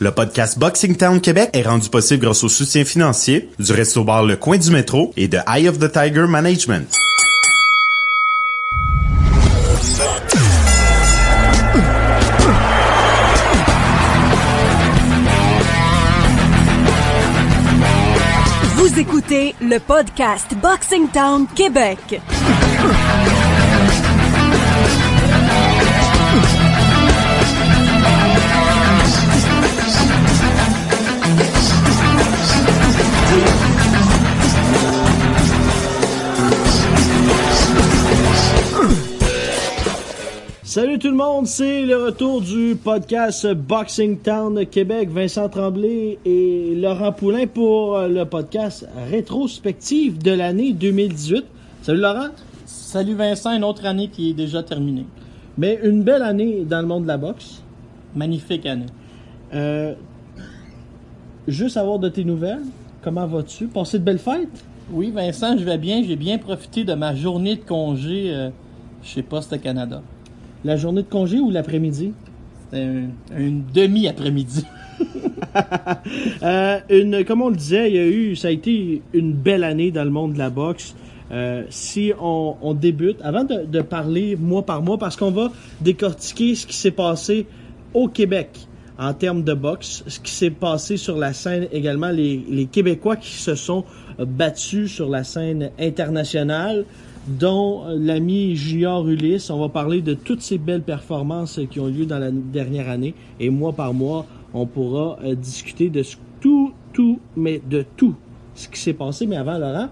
Le podcast Boxing Town Québec est rendu possible grâce au soutien financier du Resto-Bar Le Coin du Métro et de Eye of the Tiger Management. Vous écoutez le podcast Boxing Town Québec. Salut tout le monde, c'est le retour du podcast Boxing Town Québec. Vincent Tremblay et Laurent Poulain pour le podcast rétrospective de l'année 2018. Salut Laurent. Salut Vincent, une autre année qui est déjà terminée. Mais une belle année dans le monde de la boxe. Magnifique année. Juste avoir de tes nouvelles, comment vas-tu? Passé de belles fêtes? Oui Vincent, je vais bien, j'ai bien profité de ma journée de congé chez Poste Canada. La journée de congé ou l'après-midi? C'était une demi-après-midi. Comme on le disait, ça a été une belle année dans le monde de la boxe. Si on débute, avant de parler mois par mois, parce qu'on va décortiquer ce qui s'est passé au Québec en termes de boxe, ce qui s'est passé sur la scène également, les Québécois qui se sont battus sur la scène internationale, dont l'ami Junior Ulysse. On va parler de toutes ces belles performances qui ont lieu dans la dernière année. Et mois par mois, on pourra discuter de tout ce qui s'est passé. Mais avant, Laurent,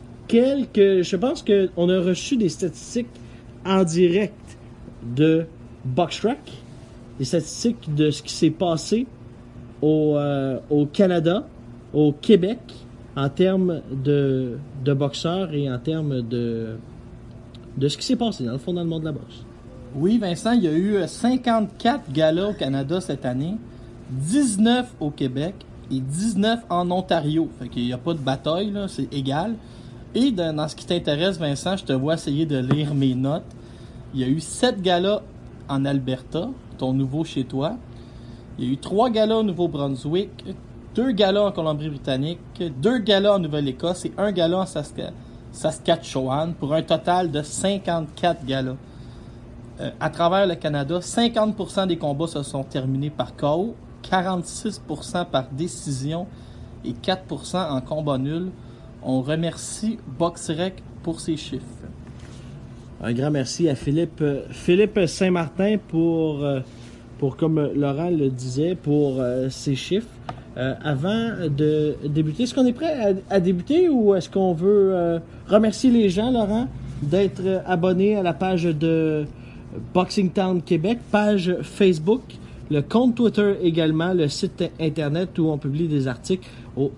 je pense qu'on a reçu des statistiques en direct de BoxTrack, des statistiques de ce qui s'est passé au Canada, au Québec, en termes de boxeurs et en termes de ce qui s'est passé dans le fond dans le monde de la boxe. Oui Vincent, il y a eu 54 galas au Canada cette année, 19 au Québec et 19 en Ontario. Fait qu'il n'y a pas de bataille, là, c'est égal. Et dans ce qui t'intéresse Vincent, je te vois essayer de lire mes notes. Il y a eu 7 galas en Alberta, ton nouveau chez toi. Il y a eu 3 galas au Nouveau-Brunswick, 2 galas en Colombie-Britannique, 2 galas en Nouvelle-Écosse et 1 gala en Saskatchewan pour un total de 54 galas. À travers le Canada, 50% des combats se sont terminés par KO, 46% par décision et 4% en combat nul. On remercie BoxRec pour ces chiffres. Un grand merci à Philippe Saint-Martin pour comme Laurent le disait, pour ces chiffres. Avant de débuter, est-ce qu'on est prêt à débuter ou est-ce qu'on veut remercier les gens, Laurent, d'être abonnés à la page de Boxing Town Québec, page Facebook, le compte Twitter également, le site internet où on publie des articles au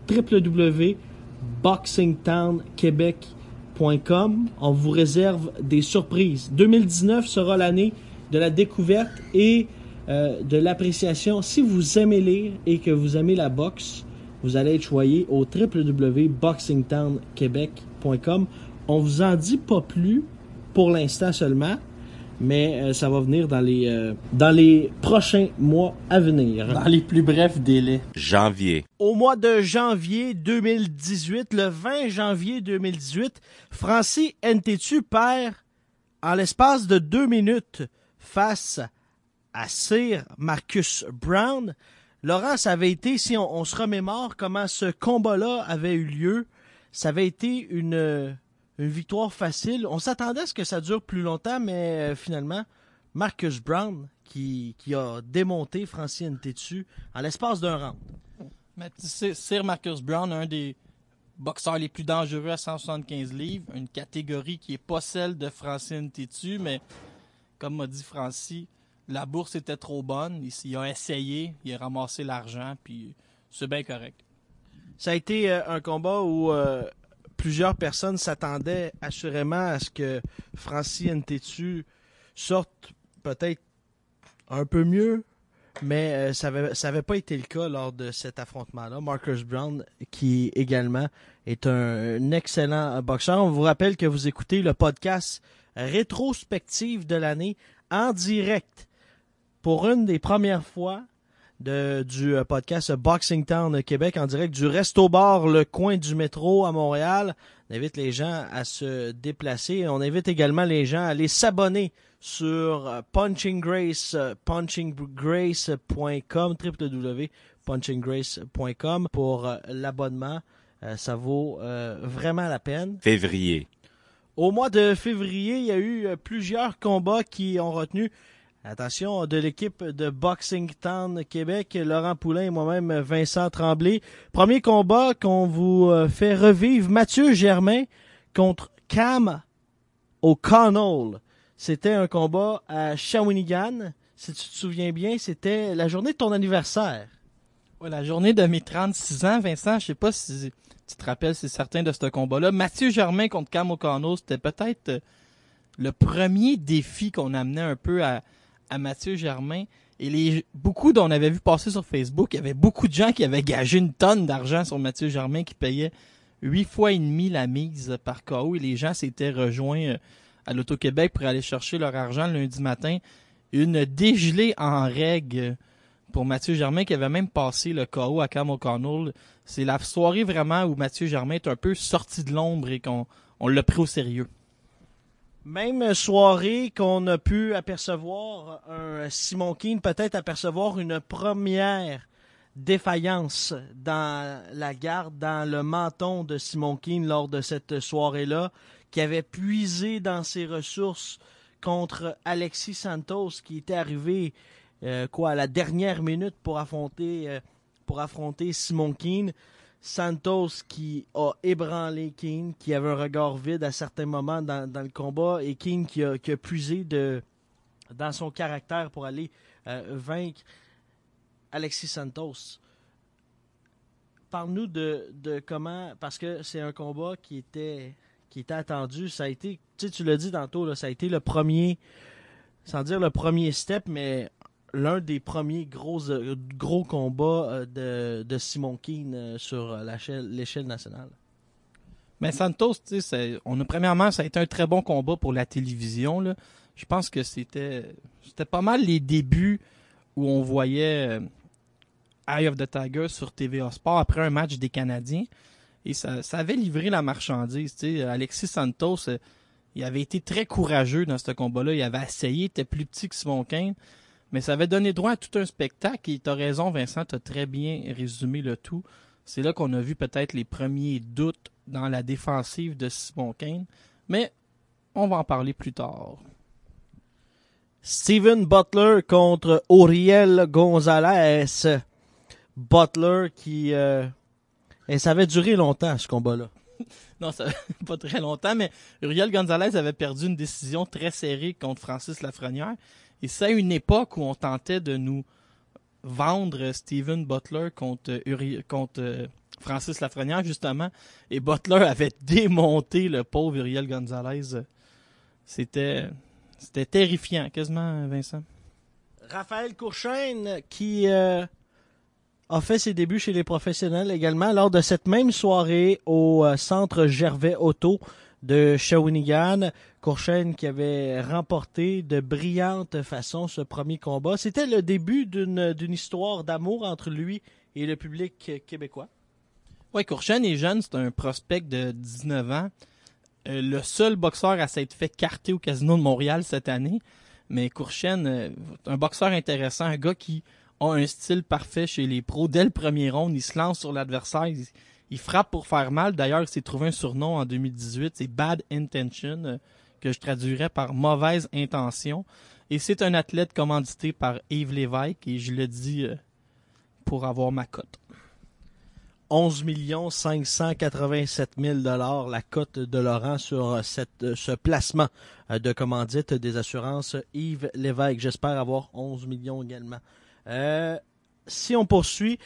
www.boxingtownquebec.com. On vous réserve des surprises. 2019 sera l'année de la découverte et de l'appréciation. Si vous aimez lire et que vous aimez la boxe, vous allez être choyé au www.boxingtownquebec.com. On vous en dit pas plus pour l'instant seulement, mais ça va venir dans les prochains mois à venir. Dans les plus brefs délais. Janvier. Au mois de janvier 2018, le 20 janvier 2018, Francis Ntetu perd en l'espace de 2 minutes face à Sir Marcus Brown. Laurent, ça avait été, si on se remémore comment ce combat-là avait eu lieu, ça avait été une victoire facile. On s'attendait à ce que ça dure plus longtemps, mais finalement, Marcus Brown qui a démonté Francis Ntetu en l'espace d'un round. Mais tu sais, Sir Marcus Brown, un des boxeurs les plus dangereux à 175 livres, une catégorie qui n'est pas celle de Francis Ntetu, mais comme m'a dit Francis, la bourse était trop bonne. Il a essayé, il a ramassé l'argent, puis c'est bien correct. Ça a été un combat où plusieurs personnes s'attendaient assurément à ce que Francis Ntetu sorte peut-être un peu mieux, mais ça avait pas été le cas lors de cet affrontement-là. Marcus Brown, qui également est un excellent boxeur. On vous rappelle que vous écoutez le podcast rétrospective de l'année en direct pour une des premières fois du podcast Boxing Town Québec en direct du Resto Bar Le Coin du Métro à Montréal. On invite les gens à se déplacer. On invite également les gens à aller s'abonner sur punchinggrace.com, www.punchinggrace.com pour l'abonnement. Ça vaut vraiment la peine. Février. Au mois de février, il y a eu plusieurs combats qui ont retenu attention de l'équipe de Boxing Town Québec, Laurent Poulain et moi-même Vincent Tremblay. Premier combat qu'on vous fait revivre, Mathieu Germain contre Cam O'Connell. C'était un combat à Shawinigan. Si tu te souviens bien, c'était la journée de ton anniversaire. Ouais, la journée de mes 36 ans, Vincent, je sais pas si tu te rappelles, c'est certain de ce combat-là. Mathieu Germain contre Cam O'Connell, c'était peut-être le premier défi qu'on amenait un peu à Mathieu Germain. Et beaucoup dont on avait vu passer sur Facebook, il y avait beaucoup de gens qui avaient gagé une tonne d'argent sur Mathieu Germain qui payait 8 fois et demi la mise par KO. Et les gens s'étaient rejoints à l'Auto-Québec pour aller chercher leur argent le lundi matin. Une dégelée en règle pour Mathieu Germain qui avait même passé le KO à Cam O'Connell. C'est la soirée vraiment où Mathieu Germain est un peu sorti de l'ombre et qu'on l'a pris au sérieux. Même soirée qu'on a pu apercevoir un Simon Keane, peut-être apercevoir une première défaillance dans la garde, dans le menton de Simon Keane lors de cette soirée-là, qui avait puisé dans ses ressources contre Alexis Santos, qui était arrivé à la dernière minute pour affronter Simon Keane. Santos qui a ébranlé Keane, qui avait un regard vide à certains moments dans le combat, et Keane qui a puisé dans son caractère pour aller vaincre Alexis Santos. Parle-nous de comment, parce que c'est un combat qui était attendu. Ça a été, tu l'as dit tantôt, là, ça a été le premier, sans dire le premier step, mais l'un des premiers gros combats de Simon Keane sur l'échelle nationale. Mais Santos, premièrement, ça a été un très bon combat pour la télévision, là. Je pense que c'était pas mal les débuts où on voyait Eye of the Tiger sur TVA Sport après un match des Canadiens. Et ça avait livré la marchandise. Alexis Santos, il avait été très courageux dans ce combat-là. Il avait essayé, il était plus petit que Simon Keane. Mais ça avait donné droit à tout un spectacle. Et tu as raison, Vincent, tu as très bien résumé le tout. C'est là qu'on a vu peut-être les premiers doutes dans la défensive de Simon Keane. Mais on va en parler plus tard. Steven Butler contre Uriel Gonzalez. Butler qui... ça avait duré longtemps, ce combat-là. Non, ça pas très longtemps, mais Uriel Gonzalez avait perdu une décision très serrée contre Francis Lafrenière. Et c'est à une époque où on tentait de nous vendre Steven Butler contre Francis Lafrenière, justement. Et Butler avait démonté le pauvre Uriel Gonzalez. C'était terrifiant, quasiment, Vincent. Raphaël Courchaine qui a fait ses débuts chez les professionnels également lors de cette même soirée au centre Gervais Auto de Shawinigan. Courchaine qui avait remporté de brillante façon ce premier combat. C'était le début d'une histoire d'amour entre lui et le public québécois. Oui, Courchaine est jeune, c'est un prospect de 19 ans. Le seul boxeur à s'être fait carter au Casino de Montréal cette année. Mais Courchaine, un boxeur intéressant, un gars qui a un style parfait chez les pros. Dès le premier round, il se lance sur l'adversaire, il frappe pour faire mal. D'ailleurs, il s'est trouvé un surnom en 2018, c'est Bad Intention, que je traduirais par mauvaise intention. Et c'est un athlète commandité par Yves Lévesque, et je le dis pour avoir ma cote. 11 587 000 $, la cote de Laurent sur ce placement de commandite des assurances Yves Lévesque. J'espère avoir 11 millions également. Si on poursuit,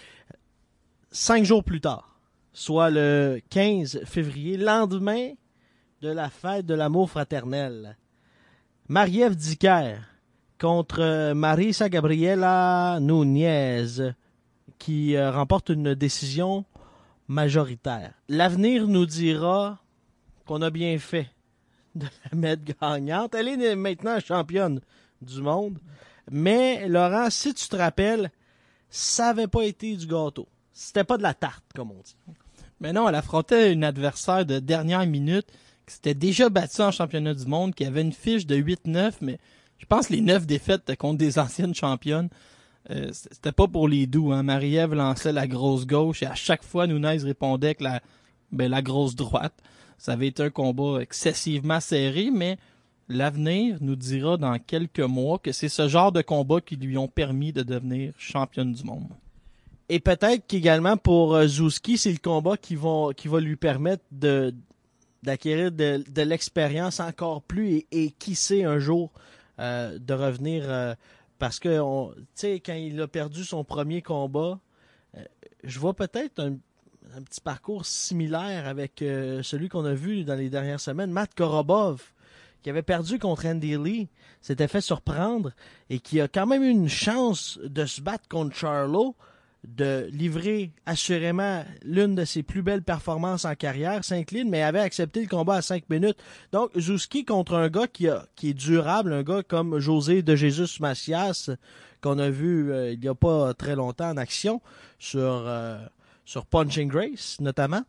5 jours plus tard, soit le 15 février, lendemain de la fête de l'amour fraternel, Marie-Ève Dicker contre Marisa Gabriela Núñez, qui remporte une décision majoritaire. L'avenir nous dira qu'on a bien fait de la mettre gagnante. Elle est maintenant championne du monde. Mais, Laurent, si tu te rappelles, ça avait pas été du gâteau. C'était pas de la tarte, comme on dit. Mais non, elle affrontait une adversaire de dernière minute qui s'était déjà battue en championnat du monde, qui avait une fiche de 8-9, mais je pense que les 9 défaites contre des anciennes championnes, c'était pas pour les doux. Hein. Marie-Ève lançait la grosse gauche et à chaque fois, Nunes répondait avec la grosse droite. Ça avait été un combat excessivement serré, mais l'avenir nous dira dans quelques mois que c'est ce genre de combat qui lui ont permis de devenir championne du monde. Et peut-être qu'également pour Zouski, c'est le combat qui va lui permettre d'acquérir de l'expérience encore plus et qui sait un jour de revenir parce que tu sais, quand il a perdu son premier combat, je vois peut-être un petit parcours similaire avec celui qu'on a vu dans les dernières semaines, Matt Korobov, qui avait perdu contre Andy Lee, s'était fait surprendre et qui a quand même eu une chance de se battre contre Charlo, de livrer assurément l'une de ses plus belles performances en carrière, s'incline, mais avait accepté le combat à 5 minutes. Donc, Zouski contre un gars qui est durable, un gars comme José de Jesus Macias, qu'on a vu il n'y a pas très longtemps en action sur Punching Grace, notamment.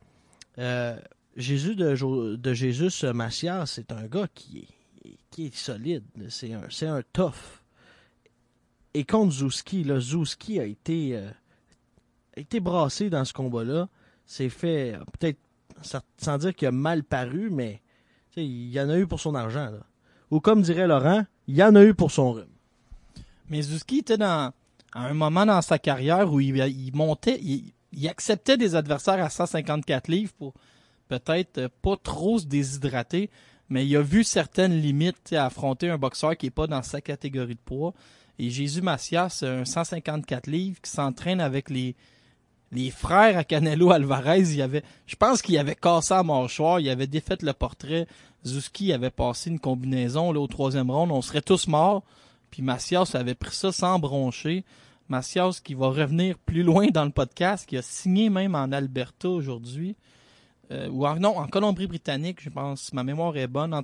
Jésus de Jesus Macias, c'est un gars qui est solide. C'est un tough. Et contre Zouski, Zouski a été brassé dans ce combat-là. C'est fait, peut-être, sans dire qu'il a mal paru, mais il y en a eu pour son argent. Là. Ou comme dirait Laurent, il y en a eu pour son rhume. Mais Zouski était à un moment dans sa carrière où il montait, il acceptait des adversaires à 154 livres pour peut-être pas trop se déshydrater, mais il a vu certaines limites à affronter un boxeur qui n'est pas dans sa catégorie de poids. Et Jésus Macias, un 154 livres, qui s'entraîne avec les frères à Canelo Alvarez, je pense qu'il avait cassé la mâchoire, il avait défait le portrait. Zouski avait passé une combinaison là, au 3e round, on serait tous morts. Puis Macias avait pris ça sans broncher. Macias qui va revenir plus loin dans le podcast, qui a signé même en Alberta aujourd'hui. En Colombie-Britannique, je pense, si ma mémoire est bonne,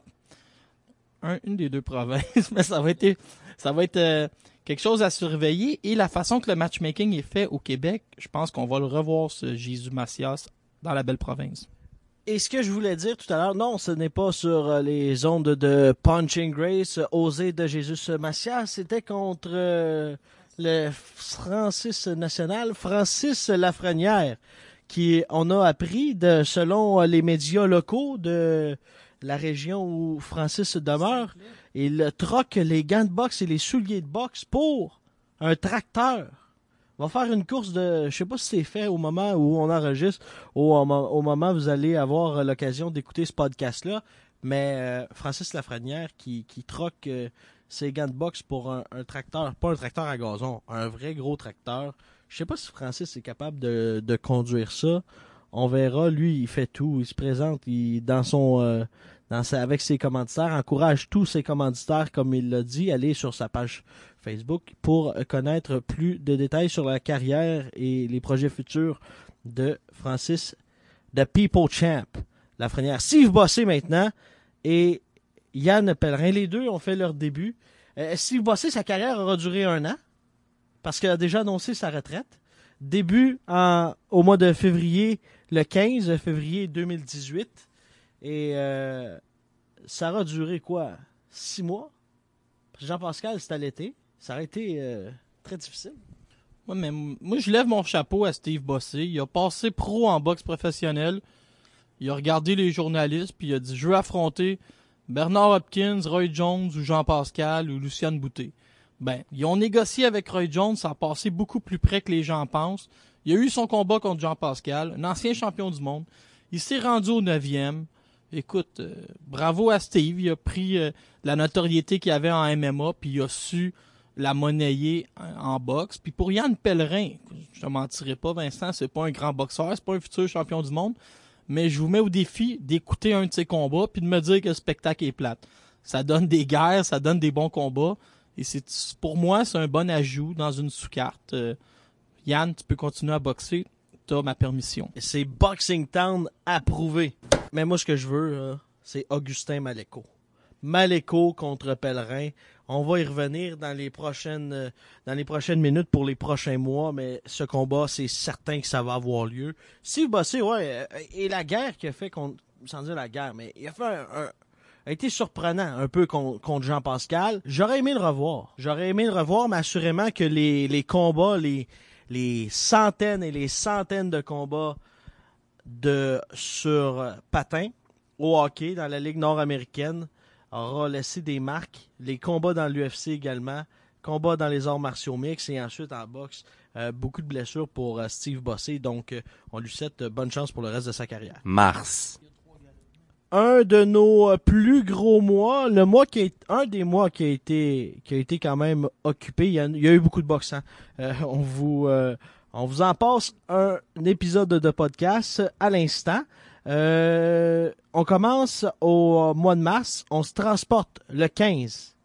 une des deux provinces, mais ça va être quelque chose à surveiller. Et la façon que le matchmaking est fait au Québec, je pense qu'on va le revoir, ce Jésus Macias, dans la belle province. Et ce que je voulais dire tout à l'heure, non, ce n'est pas sur les ondes de Punching Grace, osé de Jésus Macias, c'était contre le Francis national, Francis Lafrenière, qui, on a appris, selon les médias locaux de la région où Francis demeure, il troque les gants de boxe et les souliers de boxe pour un tracteur. On va faire une course de... Je sais pas si c'est fait au moment où on enregistre, au moment où vous allez avoir l'occasion d'écouter ce podcast-là, mais Francis Lafrenière qui troque ses gants de boxe pour un tracteur, pas un tracteur à gazon, un vrai gros tracteur. Je sais pas si Francis est capable de conduire ça. On verra. Lui, il fait tout. Il se présente avec ses commanditaires, encourage tous ses commanditaires, comme il l'a dit, aller sur sa page Facebook pour connaître plus de détails sur la carrière et les projets futurs de Francis, de People Champ Lafrenière. Steve Bossé maintenant et Yann Pellerin. Les deux ont fait leur début. Steve Bossé, sa carrière aura duré 1 an parce qu'il a déjà annoncé sa retraite. Début au mois de février, le 15 février 2018. Et ça aura duré quoi? 6 mois? Jean-Pascal, c'était à l'été. Ça aurait été très difficile. Ouais, mais moi, je lève mon chapeau à Steve Bossé. Il a passé pro en boxe professionnelle. Il a regardé les journalistes, puis il a dit « Je veux affronter Bernard Hopkins, Roy Jones ou Jean-Pascal ou Luciane Boutet. » Ben, ils ont négocié avec Roy Jones, ça a passé beaucoup plus près que les gens pensent. Il a eu son combat contre Jean-Pascal, un ancien champion du monde. Il s'est rendu au 9e. Écoute, bravo à Steve. Il a pris la notoriété qu'il avait en MMA, puis il a su la monnayer en boxe. Puis pour Yann Pellerin, je te mentirai pas, Vincent, c'est pas un grand boxeur, c'est pas un futur champion du monde, mais je vous mets au défi d'écouter un de ses combats puis de me dire que le spectacle est plate. Ça donne des guerres, ça donne des bons combats. Et pour moi, c'est un bon ajout dans une sous-carte. Yann, tu peux continuer à boxer. T'as ma permission. C'est Boxing Town approuvé. Mais moi, ce que je veux, c'est Augustin Maléco. Maléco contre Pellerin. On va y revenir dans les prochaines minutes pour les prochains mois, mais ce combat, c'est certain que ça va avoir lieu. Steve Bossé, et la guerre qu'il a fait contre, sans dire la guerre, mais il a fait a été surprenant un peu contre Jean-Pascal. J'aurais aimé le revoir, mais assurément que les combats, les centaines et les centaines de combats sur patin au hockey dans la Ligue nord-américaine aura laissé des marques. Les combats dans l'UFC également, combats dans les arts martiaux mixtes et ensuite en boxe. Beaucoup de blessures pour Steve Bossé, donc on lui souhaite bonne chance pour le reste de sa carrière. Mars. Un de nos plus gros mois, un des mois qui a été quand même occupé. Il y a eu beaucoup de boxe. On vous en passe un épisode de podcast à l'instant. On commence au mois de mars. On se transporte le 15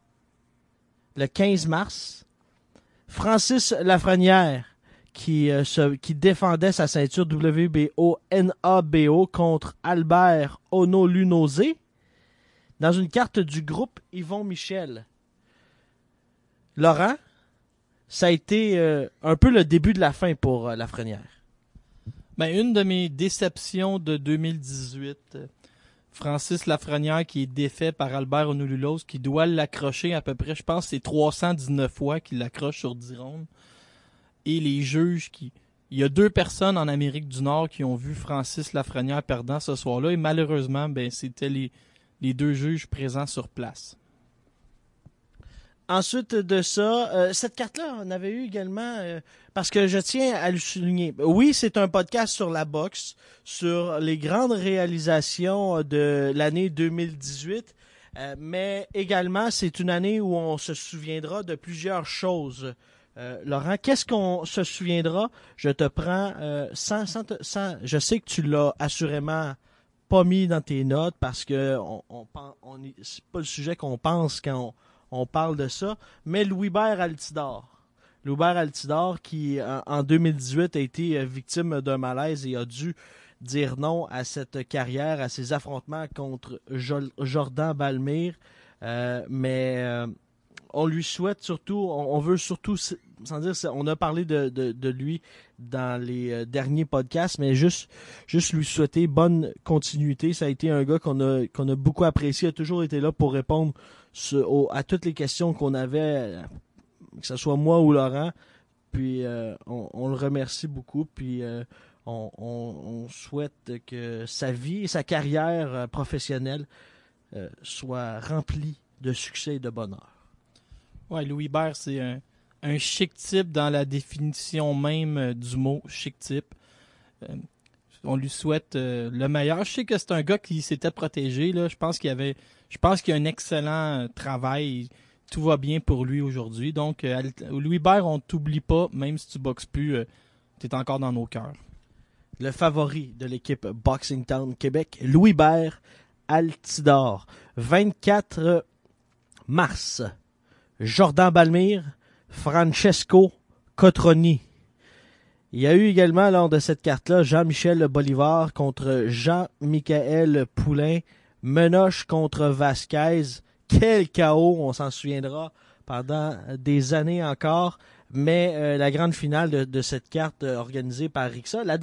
mars. Francis Lafrenière qui défendait sa ceinture WBO-NABO contre Albert Onolunose dans une carte du groupe Yvon Michel. Laurent, ça a été un peu le début de la fin pour Lafrenière. Ben, une de mes déceptions de 2018, Francis Lafrenière qui est défait par Albert Onolunose, qui doit l'accrocher à peu près, je pense, c'est 319 fois qu'il l'accroche sur 10 rondes. Et les juges il y a 2 personnes en Amérique du Nord qui ont vu Francis Lafrenière perdant ce soir-là, et malheureusement, ben, c'était les 2 juges présents sur place. Ensuite de ça, cette carte-là, on avait eu également, parce que je tiens à le souligner. Oui, c'est un podcast sur la boxe, sur les grandes réalisations de l'année 2018, mais également, c'est une année où on se souviendra de plusieurs choses. Laurent, qu'est-ce qu'on se souviendra? Je te prends sans je sais que tu l'as assurément pas mis dans tes notes parce que c'est pas le sujet qu'on pense quand on parle de ça, mais Louis-Hubert Altidore. Louis-Hubert Altidore qui, en 2018, a été victime d'un malaise et a dû dire non à cette carrière, à ses affrontements contre Jordan Balmire. Mais on lui souhaite surtout, on veut surtout, sans dire, on a parlé de lui dans les derniers podcasts, mais juste lui souhaiter bonne continuité. Ça a été un gars qu'on a beaucoup apprécié, a toujours été là pour répondre à toutes les questions qu'on avait, que ce soit moi ou Laurent. Puis on le remercie beaucoup. Puis on souhaite que sa vie et sa carrière professionnelle soient remplies de succès et de bonheur. Ouais, Louis-Hubert, c'est un chic type dans la définition même du mot chic type. On lui souhaite le meilleur. Je sais que c'est un gars qui s'était protégé, là. Je pense qu'il y a un excellent travail. Tout va bien pour lui aujourd'hui. Donc, Louis-Hubert, on t'oublie pas, même si tu boxes plus, t'es encore dans nos cœurs. Le favori de l'équipe Boxing Town Québec, Louis-Hubert Altidore. 24 mars, Jordan Balmire, Francesco Cotroni. Il y a eu également, lors de cette carte-là, Jean-Michel Bolivar contre Jean-Michael Poulain, Menoche contre Vasquez. Quel chaos, on s'en souviendra pendant des années encore. Mais la grande finale de cette carte organisée par Rixa, la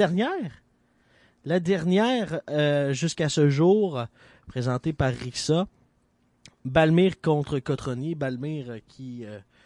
dernière jusqu'à ce jour, présentée par Rixa, Balmire contre Cotroni. Balmire qui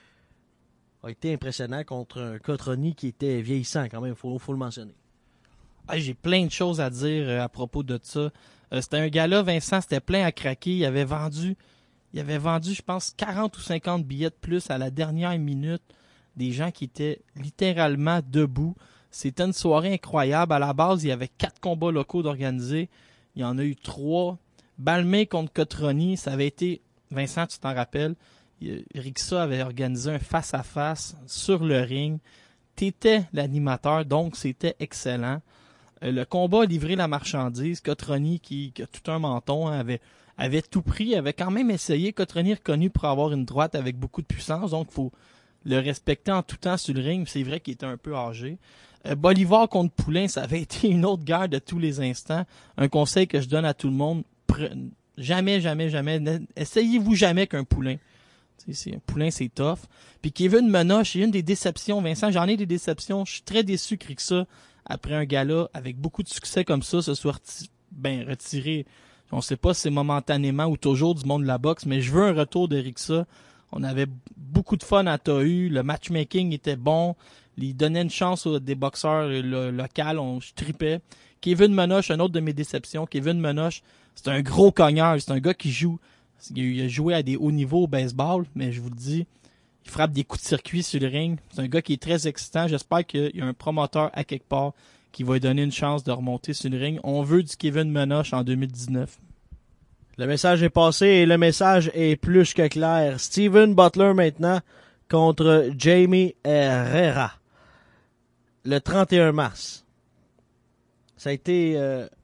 a été impressionnant contre un Cotroni qui était vieillissant quand même, faut le mentionner. J'ai plein de choses à dire à propos de ça. C'était un gars-là, Vincent, c'était plein à craquer. Il avait vendu, je pense, 40 ou 50 billets de plus à la dernière minute. Des gens qui étaient littéralement debout. C'était une soirée incroyable. À la base, il y avait 4 combats locaux d'organiser. Il y en a eu 3. Balmire contre Cotroni, ça avait été, Vincent, tu t'en rappelles, Rixa avait organisé un face-à-face sur le ring. T'étais l'animateur, donc c'était excellent. Le combat a livré la marchandise. Cotroni, qui a tout un menton, avait tout pris, avait quand même essayé. Cotroni est reconnu pour avoir une droite avec beaucoup de puissance, donc il faut le respecter en tout temps sur le ring. C'est vrai qu'il était un peu âgé. Bolivar contre Poulain, ça avait été une autre guerre de tous les instants. Un conseil que je donne à tout le monde, Jamais. Essayez-vous jamais qu'un poulain. Un poulain, c'est tough. Puis Kevin Menoche, il y a une des déceptions, Vincent, j'en ai des déceptions. Je suis très déçu que Rixa, après un gala avec beaucoup de succès comme ça, se soit retiré. On sait pas si c'est momentanément ou toujours du monde de la boxe, mais je veux un retour de Rixa. On avait beaucoup de fun à Tahu, le matchmaking était bon, il donnait une chance à des boxeurs locaux, je tripais. Kevin Menoche, un autre de mes déceptions. Kevin Menoche, c'est un gros cogneur, c'est un gars qui joue. Il a joué à des hauts niveaux au baseball, mais je vous le dis, il frappe des coups de circuit sur le ring. C'est un gars qui est très excitant. J'espère qu'il y a un promoteur à quelque part qui va lui donner une chance de remonter sur le ring. On veut du Kevin Menoche en 2019. Le message est passé et le message est plus que clair. Steven Butler maintenant contre Jamie Herrera. Le 31 mars. Ça a été...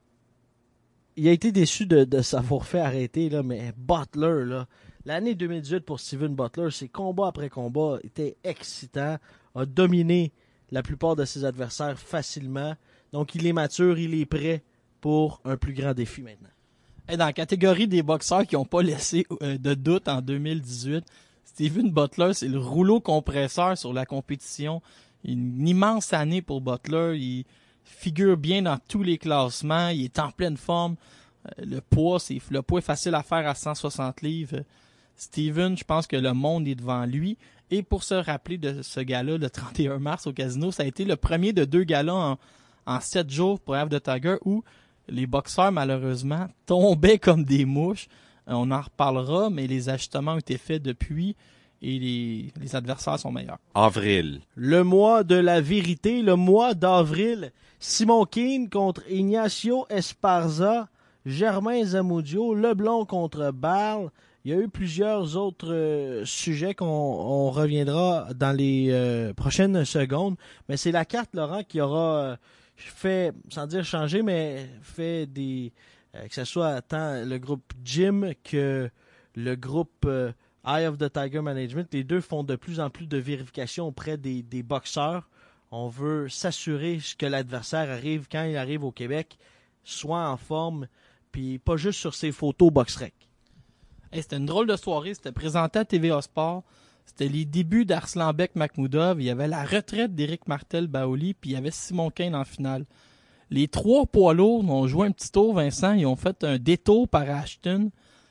il a été déçu de s'avoir fait arrêter, là, mais Butler, là, l'année 2018 pour Steven Butler, ses combats après combats étaient excitants, a dominé la plupart de ses adversaires facilement. Donc il est mature, il est prêt pour un plus grand défi maintenant. Et dans la catégorie des boxeurs qui n'ont pas laissé de doute en 2018, Steven Butler, c'est le rouleau compresseur sur la compétition. Une immense année pour Butler. Il figure bien dans tous les classements. Il est en pleine forme. Le poids est facile à faire à 160 livres. Steven, je pense que le monde est devant lui. Et pour se rappeler de ce gala, le 31 mars au casino, ça a été le premier de 2 galas en 7 jours pour Eye of the Tiger où les boxeurs, malheureusement, tombaient comme des mouches. On en reparlera, mais les ajustements ont été faits depuis et les adversaires sont meilleurs. Avril. Le mois de la vérité, le mois d'avril. Simon Keane contre Ignacio Esparza, Germain Zamudio, Leblond contre Barle. Il y a eu plusieurs autres sujets qu'on reviendra dans les prochaines secondes. Mais c'est la carte, Laurent, qui aura fait, sans dire changer, mais fait des... que ce soit tant le groupe Gym que le groupe Eye of the Tiger Management. Les deux font de plus en plus de vérifications auprès des boxeurs. On veut s'assurer que l'adversaire arrive, quand il arrive au Québec, soit en forme, puis pas juste sur ses photos BoxRec. Hey, c'était une drôle de soirée. C'était présenté à TVA Sport. C'était les débuts d'Arslanbek Makhmoudov. Il y avait la retraite d'Éric Martel-Baoli, puis il y avait Simon Keane en finale. Les 3 poids lourds ont joué un petit tour, Vincent. Ils ont fait un détour par Ashton.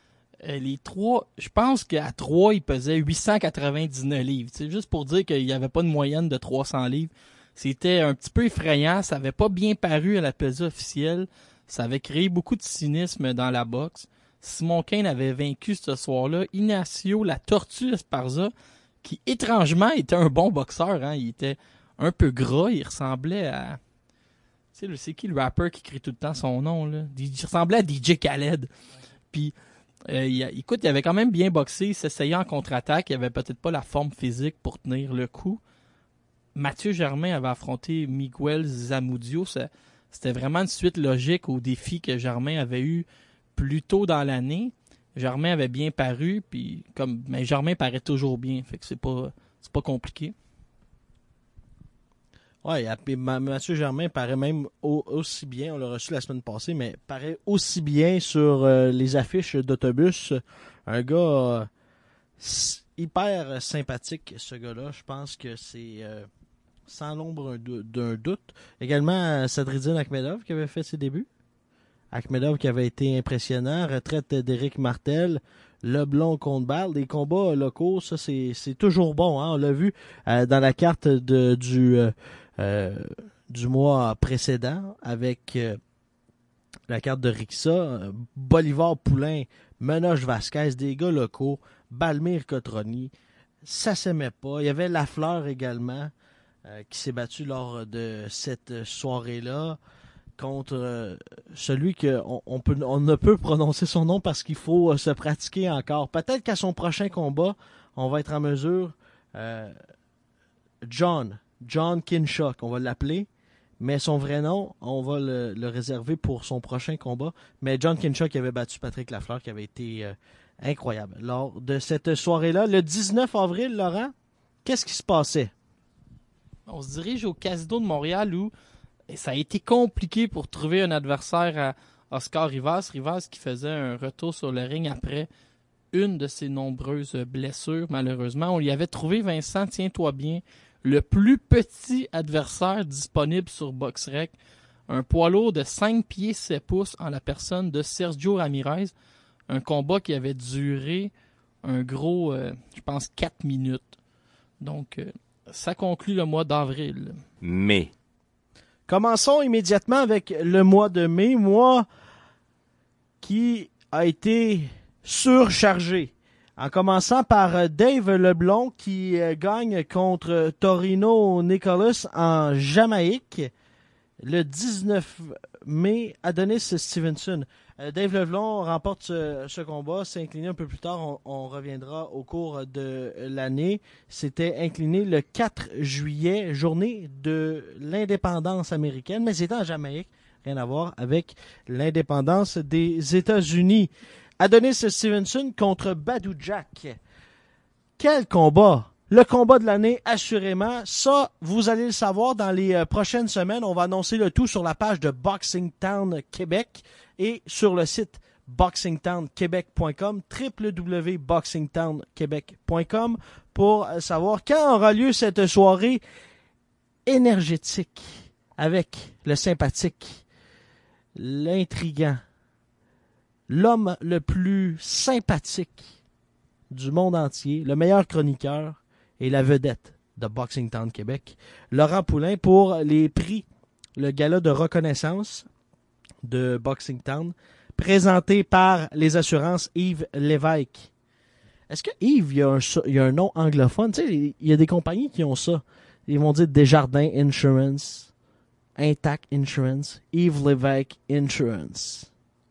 Les 3, je pense qu'à 3, ils pesaient 899 livres. C'est juste pour dire qu'il n'y avait pas de moyenne de 300 livres. C'était un petit peu effrayant. Ça n'avait pas bien paru à la pesée officielle. Ça avait créé beaucoup de cynisme dans la boxe. Simon Keane avait vaincu ce soir-là Ignacio la Tortue Esparza, qui étrangement était un bon boxeur. Hein. Il était un peu gras. Il ressemblait à... Tu sais, c'est qui le rappeur qui crie tout le temps son nom, là? Il ressemblait à DJ Khaled. Puis, écoute, il avait quand même bien boxé. Il s'essayait en contre-attaque. Il avait peut-être pas la forme physique pour tenir le coup. Mathieu Germain avait affronté Miguel Zamudio. C'était vraiment une suite logique au défi que Germain avait eu plus tôt dans l'année. Germain avait bien paru, puis mais Germain paraît toujours bien. Fait que c'est pas compliqué. Ouais, Mathieu Germain paraît même aussi bien, on l'a reçu la semaine passée, mais paraît aussi bien sur les affiches d'autobus. Un gars hyper sympathique, ce gars-là. Je pense que c'est sans l'ombre d'un doute. Également, Sadridine Akhmedov qui avait fait ses débuts. Akhmedov qui avait été impressionnant. Retraite d'Éric Martel. Leblond contre Barle. Les combats locaux, ça c'est toujours bon. Hein? On l'a vu dans la carte du mois précédent avec la carte de Rixa, Bolivar Poulain, Menoche Vasquez, des gars locaux, Balmir Cotroni. Ça s'aimait pas. Il y avait Lafleur également qui s'est battu lors de cette soirée-là contre celui on ne peut prononcer son nom parce qu'il faut se pratiquer encore. Peut-être qu'à son prochain combat, on va être en mesure John Kinshuk, on va l'appeler, mais son vrai nom, on va le réserver pour son prochain combat. Mais John Kinshuk qui avait battu Patrick Lafleur, qui avait été incroyable. Lors de cette soirée-là, le 19 avril, Laurent, qu'est-ce qui se passait? On se dirige au Casino de Montréal où ça a été compliqué pour trouver un adversaire à Oscar Rivas. Rivas qui faisait un retour sur le ring après une de ses nombreuses blessures, malheureusement. On lui avait trouvé, Vincent, tiens-toi bien, le plus petit adversaire disponible sur BoxRec. Un poids lourd de 5 pieds 7 pouces en la personne de Sergio Ramirez. Un combat qui avait duré un gros, je pense, 4 minutes. Donc, ça conclut le mois d'avril. Mais. Commençons immédiatement avec le mois de mai, mois qui a été surchargé. En commençant par Dave Leblond qui gagne contre Torino Nicholas en Jamaïque. Le 19 mai, Adonis Stevenson. Dave Leblond remporte ce combat, s'est incliné un peu plus tard, on reviendra au cours de l'année. C'était incliné le 4 juillet, journée de l'indépendance américaine, mais c'était en Jamaïque, rien à voir avec l'indépendance des États-Unis. Adonis Stevenson contre Badou Jack. Quel combat! Le combat de l'année, assurément. Ça, vous allez le savoir dans les prochaines semaines. On va annoncer le tout sur la page de Boxing Town Québec et sur le site boxingtownquebec.com, www.boxingtownquebec.com pour savoir quand aura lieu cette soirée énergétique avec le sympathique, l'intriguant, l'homme le plus sympathique du monde entier, le meilleur chroniqueur et la vedette de Boxing Town Québec, Laurent Poulain, pour les prix, le gala de reconnaissance de Boxing Town, présenté par les assurances Yves Lévesque. Est-ce que Yves, il y a un nom anglophone? Tu sais, il y a des compagnies qui ont ça. Ils vont dire Desjardins Insurance, Intact Insurance, Yves Lévesque Insurance.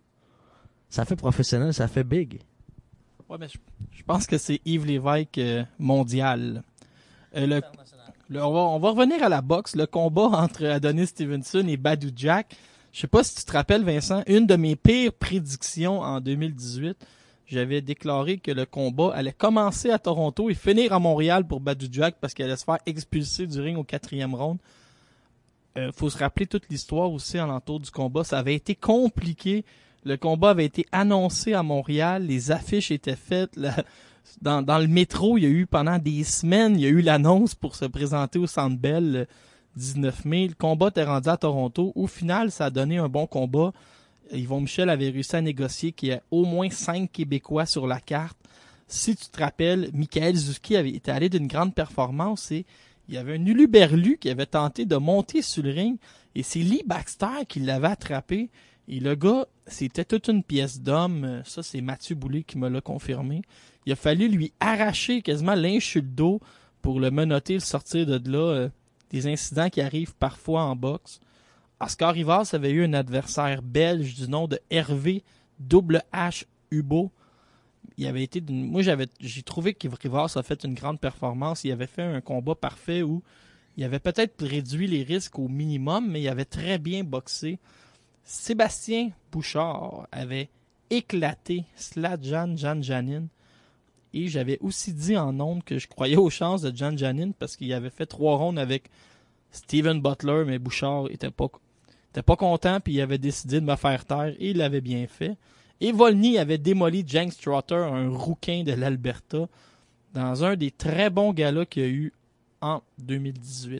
Ça fait professionnel, ça fait big. Ouais, mais je pense que c'est Yves Lévesque mondial. On va revenir à la boxe. Le combat entre Adonis Stevenson et Badou Jack. Je sais pas si tu te rappelles, Vincent, une de mes pires prédictions en 2018. J'avais déclaré que le combat allait commencer à Toronto et finir à Montréal pour Badou Jack parce qu'il allait se faire expulser du ring au 4e round. Faut se rappeler toute l'histoire aussi alentour du combat. Ça avait été compliqué. Le combat avait été annoncé à Montréal, les affiches étaient faites. Dans le métro, il y a eu pendant des semaines, il y a eu l'annonce pour se présenter au Centre Bell le 19 mai. Le combat était rendu à Toronto. Au final, ça a donné un bon combat. Yvon Michel avait réussi à négocier qu'il y ait au moins 5 Québécois sur la carte. Si tu te rappelles, Michael Zuski avait été allé d'une grande performance et il y avait un uluberlu qui avait tenté de monter sur le ring et c'est Lee Baxter qui l'avait attrapé. Et le gars, c'était toute une pièce d'homme. Ça, c'est Mathieu Boulay qui me l'a confirmé. Il a fallu lui arracher quasiment l'inch sur le dos pour le menotter, le sortir de là. Des incidents qui arrivent parfois en boxe. Oscar Rivas avait eu un adversaire belge du nom de Hervé H. Hubo. Il avait été j'ai trouvé que Rivas a fait une grande performance. Il avait fait un combat parfait où il avait peut-être réduit les risques au minimum, mais il avait très bien boxé. Sébastien Bouchard avait éclaté Sladjan Janjanin et j'avais aussi dit en ondes que je croyais aux chances de Janjanin parce qu'il avait fait 3 rounds avec Steven Butler, mais Bouchard était pas content puis il avait décidé de me faire taire et il l'avait bien fait. Et Volny avait démoli James Trotter, un rouquin de l'Alberta, dans un des très bons galas qu'il y a eu en 2018.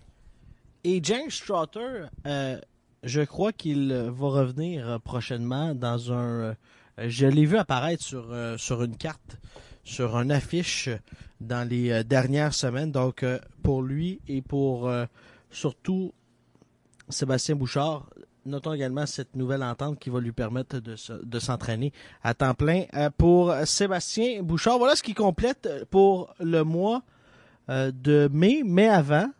Et James Trotter, je crois qu'il va revenir prochainement dans un... je l'ai vu apparaître sur une carte, sur une affiche dans les dernières semaines. Donc, pour lui et pour surtout Sébastien Bouchard, notons également cette nouvelle entente qui va lui permettre de s'entraîner à temps plein. Pour Sébastien Bouchard, voilà ce qui complète pour le mois de mai. Mais avant,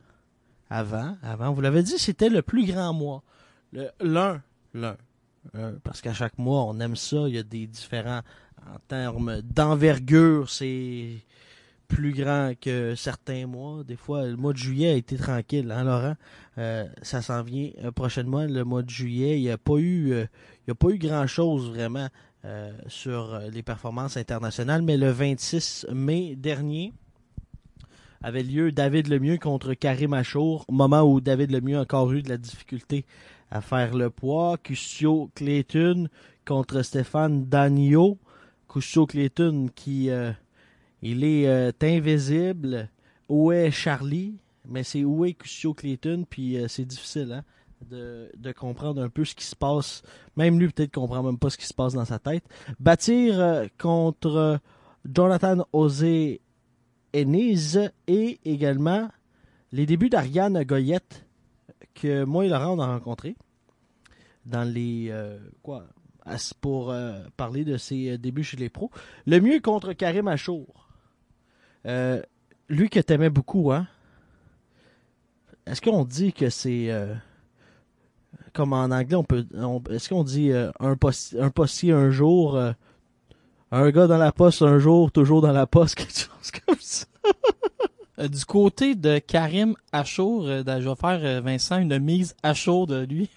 vous l'avez dit, c'était le plus grand mois. L'un, parce qu'à chaque mois, on aime ça, il y a des différents, en termes d'envergure, c'est plus grand que certains mois. Des fois, le mois de juillet a été tranquille, hein, Laurent? Ça s'en vient prochainement, le mois de juillet. Il n'y a pas eu grand-chose vraiment sur les performances internationales, mais le 26 mai dernier, avait lieu David Lemieux contre Karim Achour, moment où David Lemieux a encore eu de la difficulté à faire le poids. Custio Clayton contre Stéphane Danio. Custio Clayton qui il est invisible. Où est Charlie? Mais c'est où est Custio Clayton? Puis c'est difficile hein, de comprendre un peu ce qui se passe. Même lui peut-être comprend même pas ce qui se passe dans sa tête. Bâtir contre Jonathan Osé Enise et également les débuts d'Ariane Goyette que moi et Laurent on a rencontré dans les pour parler de ses débuts chez les pros. Le mieux contre Karim Achour. Lui que t'aimais beaucoup, hein? Est-ce qu'on dit que c'est comme en anglais est-ce qu'on dit un postier un jour un gars dans la poste un jour, toujours dans la poste, quelque chose comme ça? Du côté de Karim Achour, je vais faire, Vincent, une mise à chaud de lui.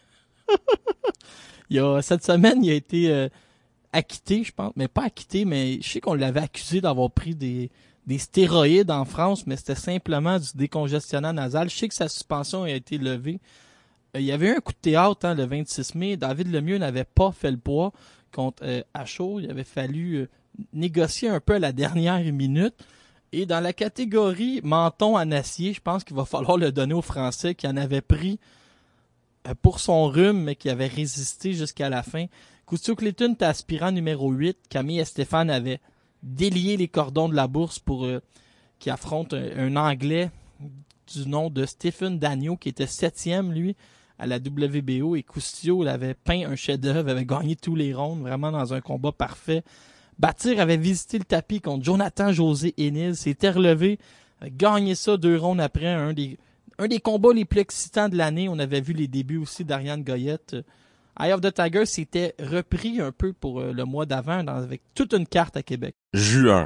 Cette semaine, il a été acquitté, je pense. Mais pas acquitté, mais je sais qu'on l'avait accusé d'avoir pris des stéroïdes en France, mais c'était simplement du décongestionnant nasal. Je sais que sa suspension a été levée. Il y avait eu un coup de théâtre le 26 mai. David Lemieux n'avait pas fait le poids contre Achour. Il avait fallu négocier un peu à la dernière minute. Et dans la catégorie menton en acier, je pense qu'il va falloir le donner aux Français qui en avaient pris pour son rhume, mais qui avait résisté jusqu'à la fin. Custio Clayton était aspirant numéro 8. Camille et Stéphane avaient délié les cordons de la bourse pour qui affronte un Anglais du nom de Stephen Danio, qui était 7e, lui, à la WBO. Et Custio avait peint un chef-d'œuvre, avait gagné tous les rounds, vraiment dans un combat parfait. Bâtir avait visité le tapis contre Jonathan José Ennis, s'était relevé, gagné ça 2 rounds après, un des combats les plus excitants de l'année. On avait vu les débuts aussi d'Ariane Goyette. Eye of the Tiger s'était repris un peu pour le mois d'avant avec toute une carte à Québec. Juin.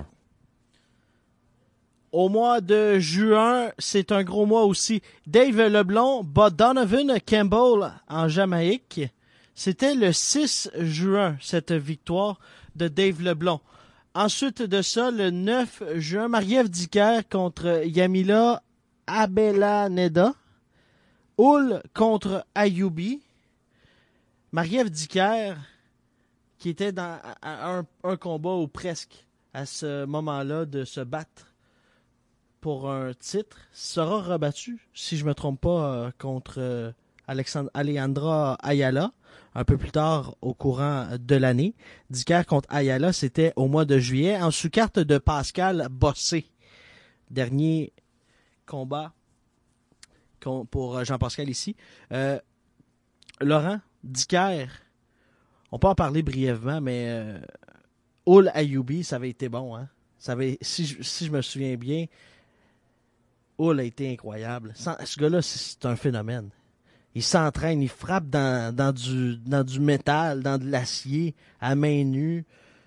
Au mois de juin, c'est un gros mois aussi. Dave Leblond bat Donovan Campbell en Jamaïque. C'était le 6 juin, cette victoire de Dave Leblond. Ensuite de ça, le 9 juin, Marie-Ève Dicker contre Yamila Abelaneda. Hull contre Ayoubi. Marie-Ève Dicker, qui était dans un combat ou presque à ce moment-là de se battre pour un titre, sera rebattue, si je ne me trompe pas, contre Alejandra Ayala, un peu plus tard au courant de l'année. Dicker contre Ayala, c'était au mois de juillet, en sous-carte de Pascal Bossé. Dernier combat pour Jean-Pascal ici. Laurent, Dicker, on peut en parler brièvement, mais Hull Ayoubi, ça avait été bon. Hein? Si je me souviens bien, Hull a été incroyable. Ce gars-là, c'est un phénomène. Il s'entraîne, il frappe dans du métal, dans de l'acier, à main nue.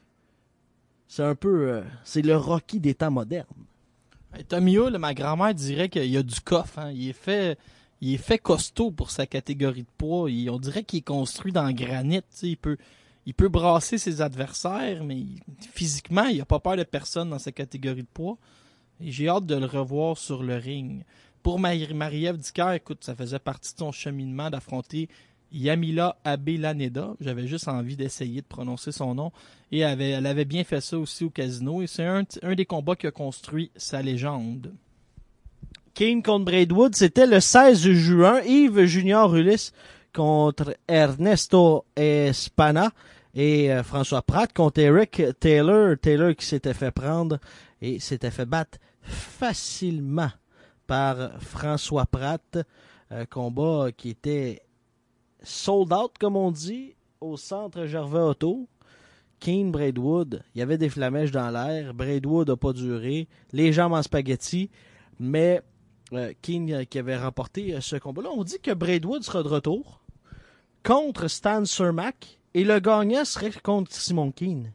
C'est un peu... c'est le Rocky des temps modernes. Tommy Hull, ma grand-mère dirait qu'il a du coffre. Hein. Il est fait costaud pour sa catégorie de poids. On dirait qu'il est construit dans le granit. Il peut brasser ses adversaires, mais physiquement, il n'a pas peur de personne dans sa catégorie de poids. Et j'ai hâte de le revoir sur le ring. Pour Marie-Ève Dicker, écoute, ça faisait partie de son cheminement d'affronter Yamila Abelaneda. J'avais juste envie d'essayer de prononcer son nom. Et elle avait bien fait ça aussi au casino. Et c'est un des combats qui a construit sa légende. Keane contre Braidwood, c'était le 16 juin. Yves Junior Ulysse contre Ernesto Espana. Et François Pratt contre Eric Taylor. Taylor qui s'était fait prendre et s'était fait battre facilement par François Pratt. Combat qui était sold out, comme on dit, au centre Gervais Auto. Keane, Braidwood, il y avait des flamèches dans l'air. Braidwood n'a pas duré. Les jambes en spaghetti. Mais Keane qui avait remporté ce combat-là. On dit que Braidwood sera de retour contre Stan Cermak. Et le gagnant serait contre Simon Keane.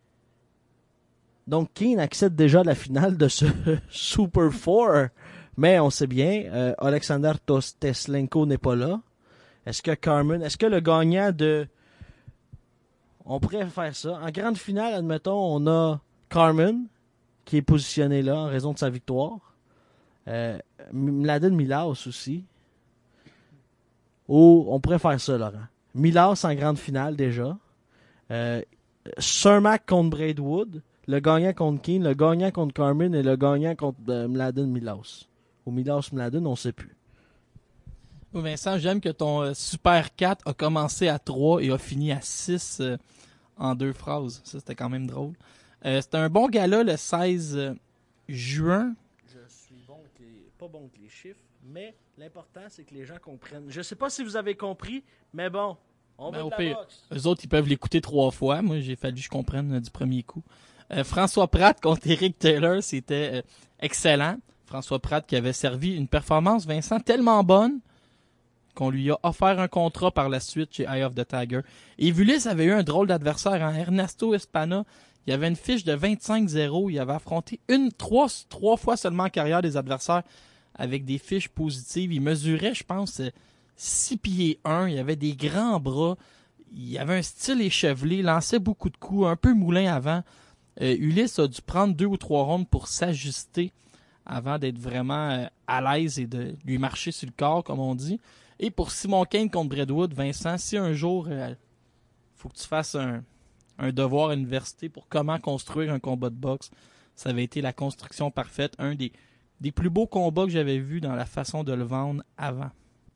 Donc Keane accède déjà à la finale de ce Super 4. Mais on sait bien, Alexander Teslenko n'est pas là. Est-ce que le gagnant de... On pourrait faire ça. En grande finale, admettons, on a Carmen qui est positionné là en raison de sa victoire. Mladen Milas aussi. Ou on pourrait faire ça, Laurent. Milas en grande finale déjà. Cermak contre Braidwood. Le gagnant contre Keane, le gagnant contre Carmen et le gagnant contre Mladen Milas. Ou Milas Mladen, on ne sait plus. Oui, Vincent, j'aime que ton Super 4 a commencé à 3 et a fini à 6 en 2 phrases. Ça, c'était quand même drôle. C'était un bon gala le 16 juin. Je suis pas bon avec les chiffres, mais l'important, c'est que les gens comprennent. Je sais pas si vous avez compris, mais bon, on va de la boxe. Eux autres, ils peuvent l'écouter 3 fois. Moi, j'ai fallu que je comprenne du premier coup. François Pratt contre Eric Taylor, c'était excellent. François Pratt qui avait servi une performance, Vincent, tellement bonne qu'on lui a offert un contrat par la suite chez Eye of the Tiger. Et Vulis avait eu un drôle d'adversaire, hein? Ernesto Espana. Il avait une fiche de 25-0. Il avait affronté trois fois seulement en carrière des adversaires avec des fiches positives. Il mesurait, je pense, 6 pieds 1. Il avait des grands bras. Il avait un style échevelé, lançait beaucoup de coups, un peu moulin avant. Ulysse a dû prendre 2 ou 3 rondes pour s'ajuster avant d'être vraiment à l'aise et de lui marcher sur le corps, comme on dit. Et pour Simon Kane contre Braidwood, Vincent, si un jour, faut que tu fasses un devoir à l'université pour comment construire un combat de boxe, ça avait été la construction parfaite. Un des plus beaux combats que j'avais vus dans la façon de le vendre avant.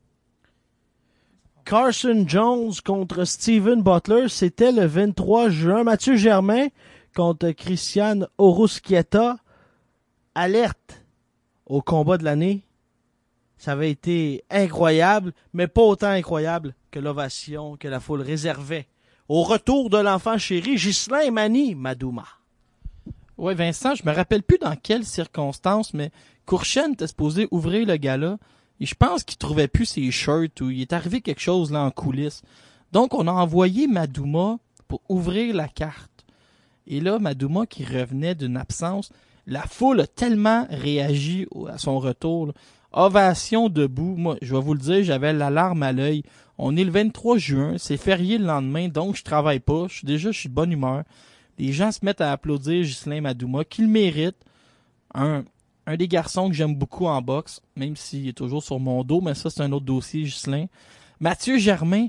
Carson Jones contre Steven Butler, c'était le 23 juin. Mathieu Germain contre Christian Orusquieta. Alerte au combat de l'année. Ça avait été incroyable, mais pas autant incroyable que l'ovation que la foule réservait au retour de l'enfant chéri, Ghislain Mani Madouma. Ouais, Vincent, je me rappelle plus dans quelles circonstances, mais Courchene était supposé ouvrir le gala et je pense qu'il trouvait plus ses shirts ou il est arrivé quelque chose là en coulisses. Donc, on a envoyé Madouma pour ouvrir la carte. Et là, Madouma qui revenait d'une absence, la foule a tellement réagi à son retour, là. Ovation debout. Moi, je vais vous le dire, j'avais l'alarme à l'œil. On est le 23 juin, c'est férié le lendemain, donc je travaille pas. Je suis de bonne humeur. Les gens se mettent à applaudir Ghislain Madouma, qu'il mérite. Un des garçons que j'aime beaucoup en boxe, même s'il est toujours sur mon dos, mais ça, c'est un autre dossier, Ghislain. Mathieu Germain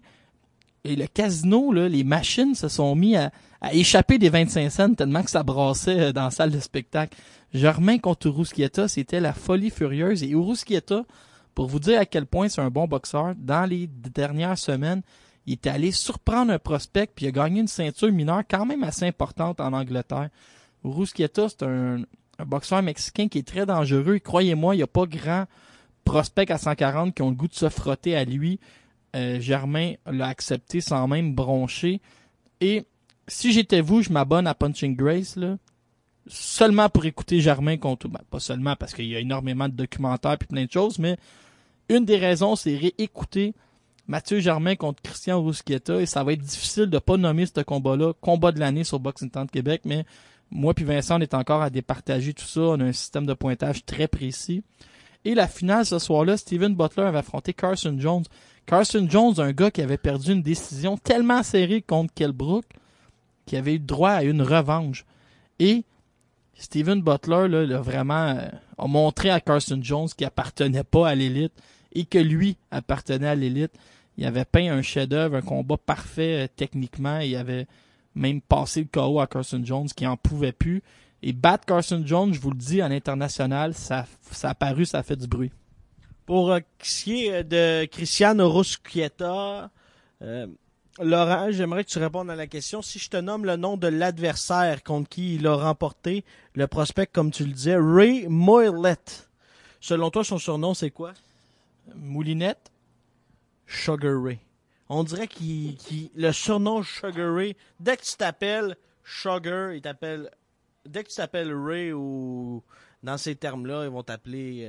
et le casino, là, les machines se sont mis à échapper des 25 cents tellement que ça brassait dans la salle de spectacle. Germain contre Urusquieta, c'était la folie furieuse. Et Urusquieta, pour vous dire à quel point c'est un bon boxeur, dans les dernières semaines, il est allé surprendre un prospect puis il a gagné une ceinture mineure quand même assez importante en Angleterre. Urusquieta, c'est un boxeur mexicain qui est très dangereux. Croyez-moi, il n'y a pas grand prospect à 140 qui ont le goût de se frotter à lui. Germain l'a accepté sans même broncher. Et si j'étais vous, je m'abonne à Punching Grace, là, seulement pour écouter Germain contre... Ben, pas seulement parce qu'il y a énormément de documentaires et plein de choses, mais une des raisons, c'est réécouter Mathieu Germain contre Christian Urusquieta, et ça va être difficile de pas nommer ce combat-là, combat de l'année sur Boxing Town Québec, mais moi puis Vincent, on est encore à départager tout ça, on a un système de pointage très précis. Et la finale ce soir-là, Steven Butler avait affronté Carson Jones. Carson Jones, un gars qui avait perdu une décision tellement serrée contre Kell Brook, qui avait eu droit à une revanche. Et Steven Butler là, vraiment a montré à Carson Jones qu'il appartenait pas à l'élite et que lui appartenait à l'élite. Il avait peint un chef-d'œuvre, un combat parfait techniquement. Il avait même passé le KO à Carson Jones qui en pouvait plus. Et battre Carson Jones, je vous le dis, à l'international, ça a paru, ça a fait du bruit. Pour ce qui est de Christian Orusquieta, Laurent, j'aimerais que tu répondes à la question. Si je te nomme le nom de l'adversaire contre qui il a remporté le prospect, comme tu le disais, Ray Moylett. Selon toi, son surnom, c'est quoi? Moulinette? Sugar Ray. On dirait qu'il le surnom Sugar Ray, dès que tu t'appelles Sugar, dès que tu t'appelles Ray ou dans ces termes-là, ils vont t'appeler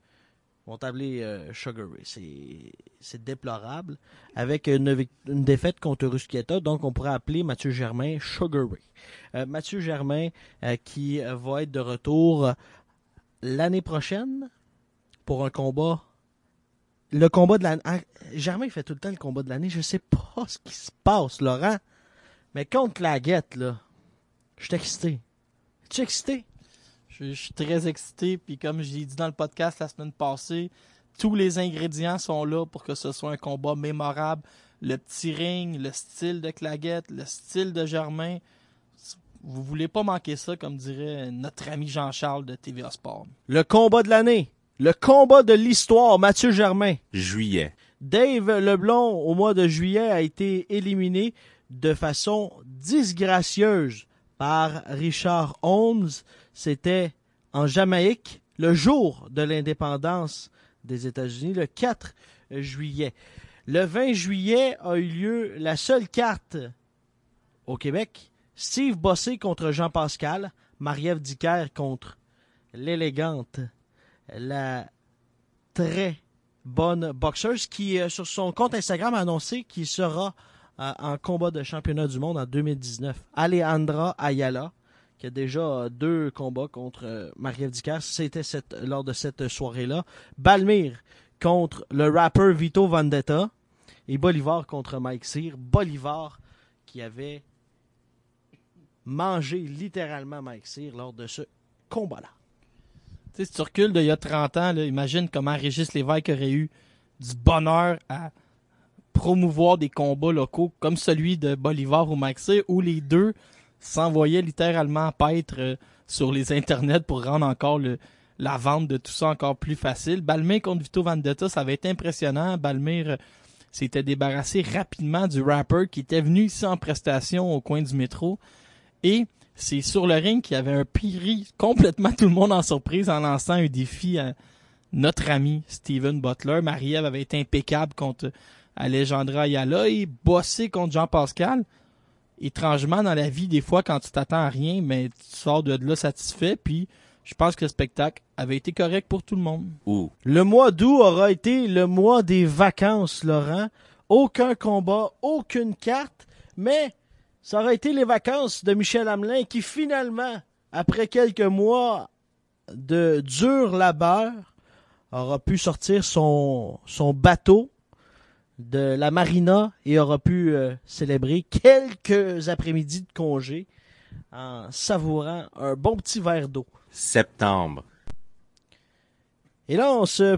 Sugar Ray. C'est déplorable. Avec une défaite contre Urusquieta, donc on pourrait appeler Mathieu Germain Sugar Ray. Mathieu Germain qui va être de retour l'année prochaine pour un combat. Le combat de l'année. Germain fait tout le temps le combat de l'année. Je sais pas ce qui se passe, Laurent. Mais contre Claguette, là, je suis excité. Es-tu excité? Je suis très excité, puis comme je l'ai dit dans le podcast la semaine passée, tous les ingrédients sont là pour que ce soit un combat mémorable. Le petit ring, le style de Claguette, le style de Germain. Vous voulez pas manquer ça, comme dirait notre ami Jean-Charles de TVA Sport. Le combat de l'année. Le combat de l'histoire, Mathieu Germain. Juillet. Dave Leblond, au mois de juillet, a été éliminé de façon disgracieuse par Richard Holmes. C'était en Jamaïque, le jour de l'indépendance des États-Unis, le 4 juillet. Le 20 juillet a eu lieu la seule carte au Québec. Steve Bossé contre Jean Pascal. Marie-Ève Dicker contre l'élégante, la très bonne boxeuse qui, sur son compte Instagram, a annoncé qu'il sera en combat de championnat du monde en 2019. Alejandra Ayala, qui a déjà 2 combats contre Marie-Ève Dicker. C'était lors de cette soirée-là. Balmire contre le rappeur Vito Vendetta. Et Bolivar contre Mike Cyr. Bolivar qui avait mangé littéralement Mike Cyr lors de ce combat-là. Tu sais, si tu recules d'il y a 30 ans, là, imagine comment Régis Lévesque aurait eu du bonheur à promouvoir des combats locaux comme celui de Bolivar ou Mike Cyr, où les deux s'envoyaient littéralement paître sur les internets pour rendre encore la vente de tout ça encore plus facile. Balmire contre Vito Vendetta, ça avait été impressionnant. Balmire s'était débarrassé rapidement du rapper qui était venu ici en prestation au coin du métro. Et c'est sur le ring qu'il y avait un pris complètement tout le monde en surprise en lançant un défi à notre ami Steven Butler. Marie-Ève avait été impeccable contre Alejandra Ayala et Bossé contre Jean Pascal. Étrangement, dans la vie, des fois, quand tu t'attends à rien, mais tu sors de là satisfait, puis je pense que le spectacle avait été correct pour tout le monde. Le mois d'août aura été le mois des vacances, Laurent. Aucun combat, aucune carte, mais ça aurait été les vacances de Michel Hamelin qui finalement, après quelques mois de dur labeur, aura pu sortir son bateau de la marina et aura pu célébrer quelques après-midi de congé en savourant un bon petit verre d'eau. Septembre. Et là, on se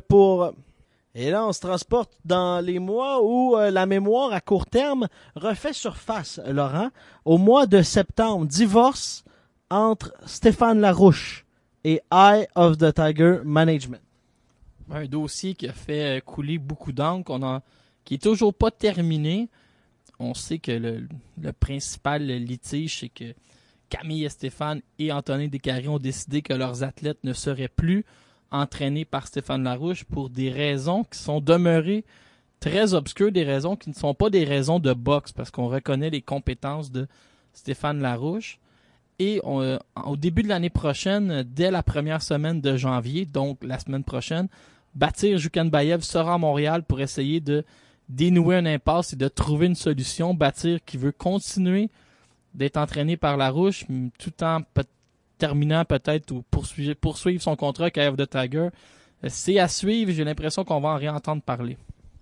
transporte dans les mois où la mémoire à court terme refait surface, Laurent. Au mois de septembre, divorce entre Stéphane Larouche et Eye of the Tiger Management. Un dossier qui a fait couler beaucoup d'encre, qui est toujours pas terminé. On sait que le principal litige, c'est que Camille Estéphane et Anthony Descaries ont décidé que leurs athlètes ne seraient plus entraînés par Stéphane Larouche pour des raisons qui sont demeurées très obscures, des raisons qui ne sont pas des raisons de boxe, parce qu'on reconnaît les compétences de Stéphane Larouche. Et au début de l'année prochaine, dès la première semaine de janvier, donc la semaine prochaine, Batyr Joukanbayev sera à Montréal pour essayer de dénouer un impasse et de trouver une solution. Batyr qui veut continuer d'être entraîné par Larouche, tout en terminant peut-être ou poursuivre son contrat avec Eye of the Tiger. C'est à suivre, j'ai l'impression qu'on va en réentendre parler.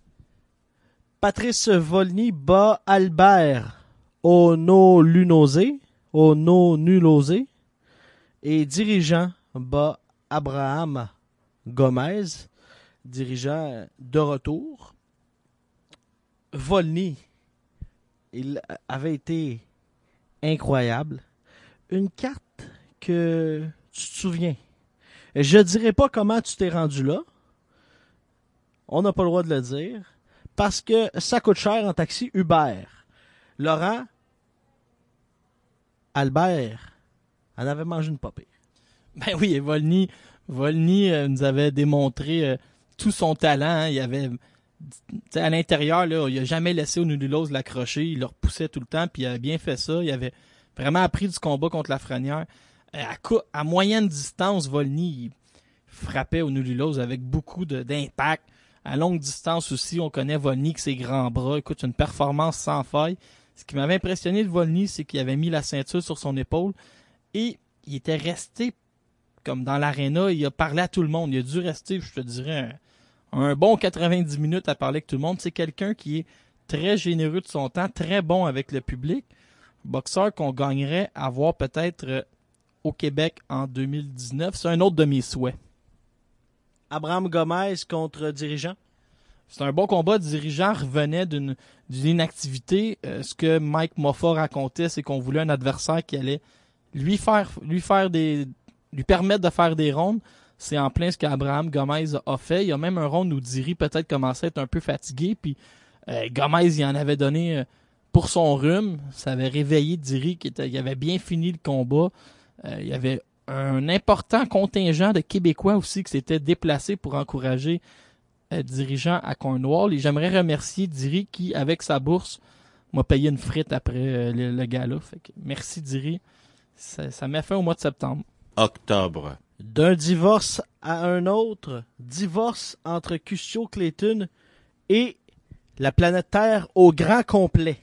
Patrice Volny bat Albert Onolunose et dirigeant bat Abraham Gomez, dirigeant de retour. Volny, il avait été incroyable. Une carte que tu te souviens. Je dirais pas comment tu t'es rendu là. On n'a pas le droit de le dire. Parce que ça coûte cher en taxi Uber. Laurent, Albert en avait mangé une pas pire. Ben oui, Volny nous avait démontré tout son talent. Hein. Il avait, à l'intérieur, là, il n'a jamais laissé Onululose l'accrocher. Il le repoussait tout le temps, puis il avait bien fait ça. Il avait vraiment appris du combat contre Lafrenière. À moyenne distance, Volny frappait Onululose avec beaucoup d'impact. À longue distance aussi, on connaît Volny que ses grands bras. Écoute, une performance sans faille. Ce qui m'avait impressionné de Volny, c'est qu'il avait mis la ceinture sur son épaule et il était resté comme dans l'aréna. Il a parlé à tout le monde. Il a dû rester, je te dirais, un bon 90 minutes à parler avec tout le monde. C'est quelqu'un qui est très généreux de son temps, très bon avec le public. Boxeur qu'on gagnerait à voir peut-être au Québec en 2019. C'est un autre de mes souhaits. Abraham Gomez contre Dirigeant. C'est un bon combat. Dirigeant revenait d'une inactivité. Ce que Mike Moffat racontait, c'est qu'on voulait un adversaire qui allait lui permettre de faire des rondes. C'est en plein ce qu'Abraham Gomez a fait. Il y a même un round où Diri peut-être commençait à être un peu fatigué. Puis Gomez, il en avait donné pour son rhume. Ça avait réveillé Diri il avait bien fini le combat. Il y avait un important contingent de Québécois aussi qui s'était déplacé pour encourager Dirigeant à Cornwall. Et j'aimerais remercier Diri qui, avec sa bourse, m'a payé une frite après le gala. Fait que merci Diri. Ça m'a fait au mois de septembre. Octobre. D'un divorce à un autre, divorce entre Custio Clayton et la planète Terre au grand complet.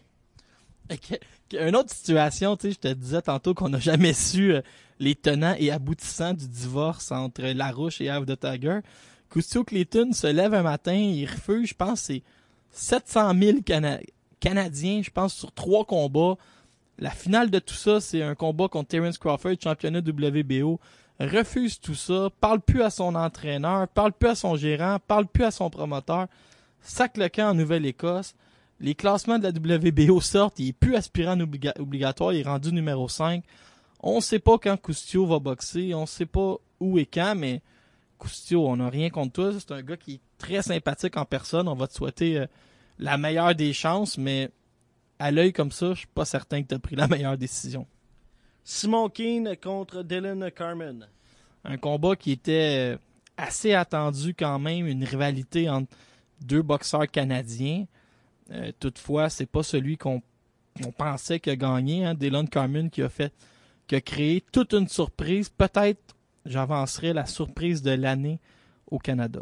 Une autre situation, tu sais, je te disais tantôt qu'on n'a jamais su les tenants et aboutissants du divorce entre Larouche et Eye of the Tiger. Custio Clayton se lève un matin, il refuse, je pense, c'est 700 000 Canadiens, je pense, sur 3 combats. La finale de tout ça, c'est un combat contre Terence Crawford, championnat WBO. Refuse tout ça, parle plus à son entraîneur, parle plus à son gérant, parle plus à son promoteur, sac le camp en Nouvelle-Écosse. Les classements de la WBO sortent, il est plus aspirant obligatoire, il est rendu numéro 5. On sait pas quand Custio va boxer, on sait pas où et quand, mais Custio, on n'a rien contre toi. C'est un gars qui est très sympathique en personne. On va te souhaiter la meilleure des chances, mais à l'œil comme ça, je suis pas certain que tu as pris la meilleure décision. Simon Keane contre Dylan Carmen. Un combat qui était assez attendu quand même, une rivalité entre 2 boxeurs canadiens. Toutefois, c'est pas celui qu'on pensait qu'il a gagné. Hein. Dylan Carmen qui a créé toute une surprise. Peut-être, j'avancerai la surprise de l'année au Canada.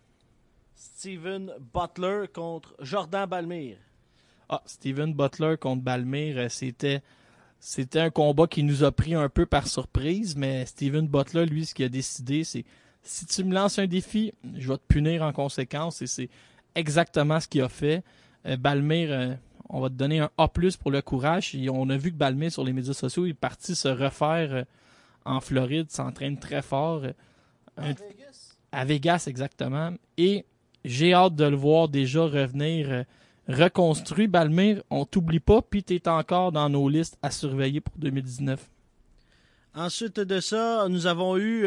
Steven Butler contre Jordan Balmire. Steven Butler contre Balmire, c'était un combat qui nous a pris un peu par surprise, mais Steven Butler, lui, ce qu'il a décidé, c'est si tu me lances un défi, je vais te punir en conséquence, et c'est exactement ce qu'il a fait. Balmire, on va te donner un A+, pour le courage. Et on a vu que Balmire, sur les médias sociaux, il est parti se refaire en Floride, s'entraîne très fort. Vegas? À Vegas, exactement. Et j'ai hâte de le voir déjà revenir reconstruit. Balmire, on t'oublie pas, puis t'es encore dans nos listes à surveiller pour 2019. Ensuite de ça, nous avons eu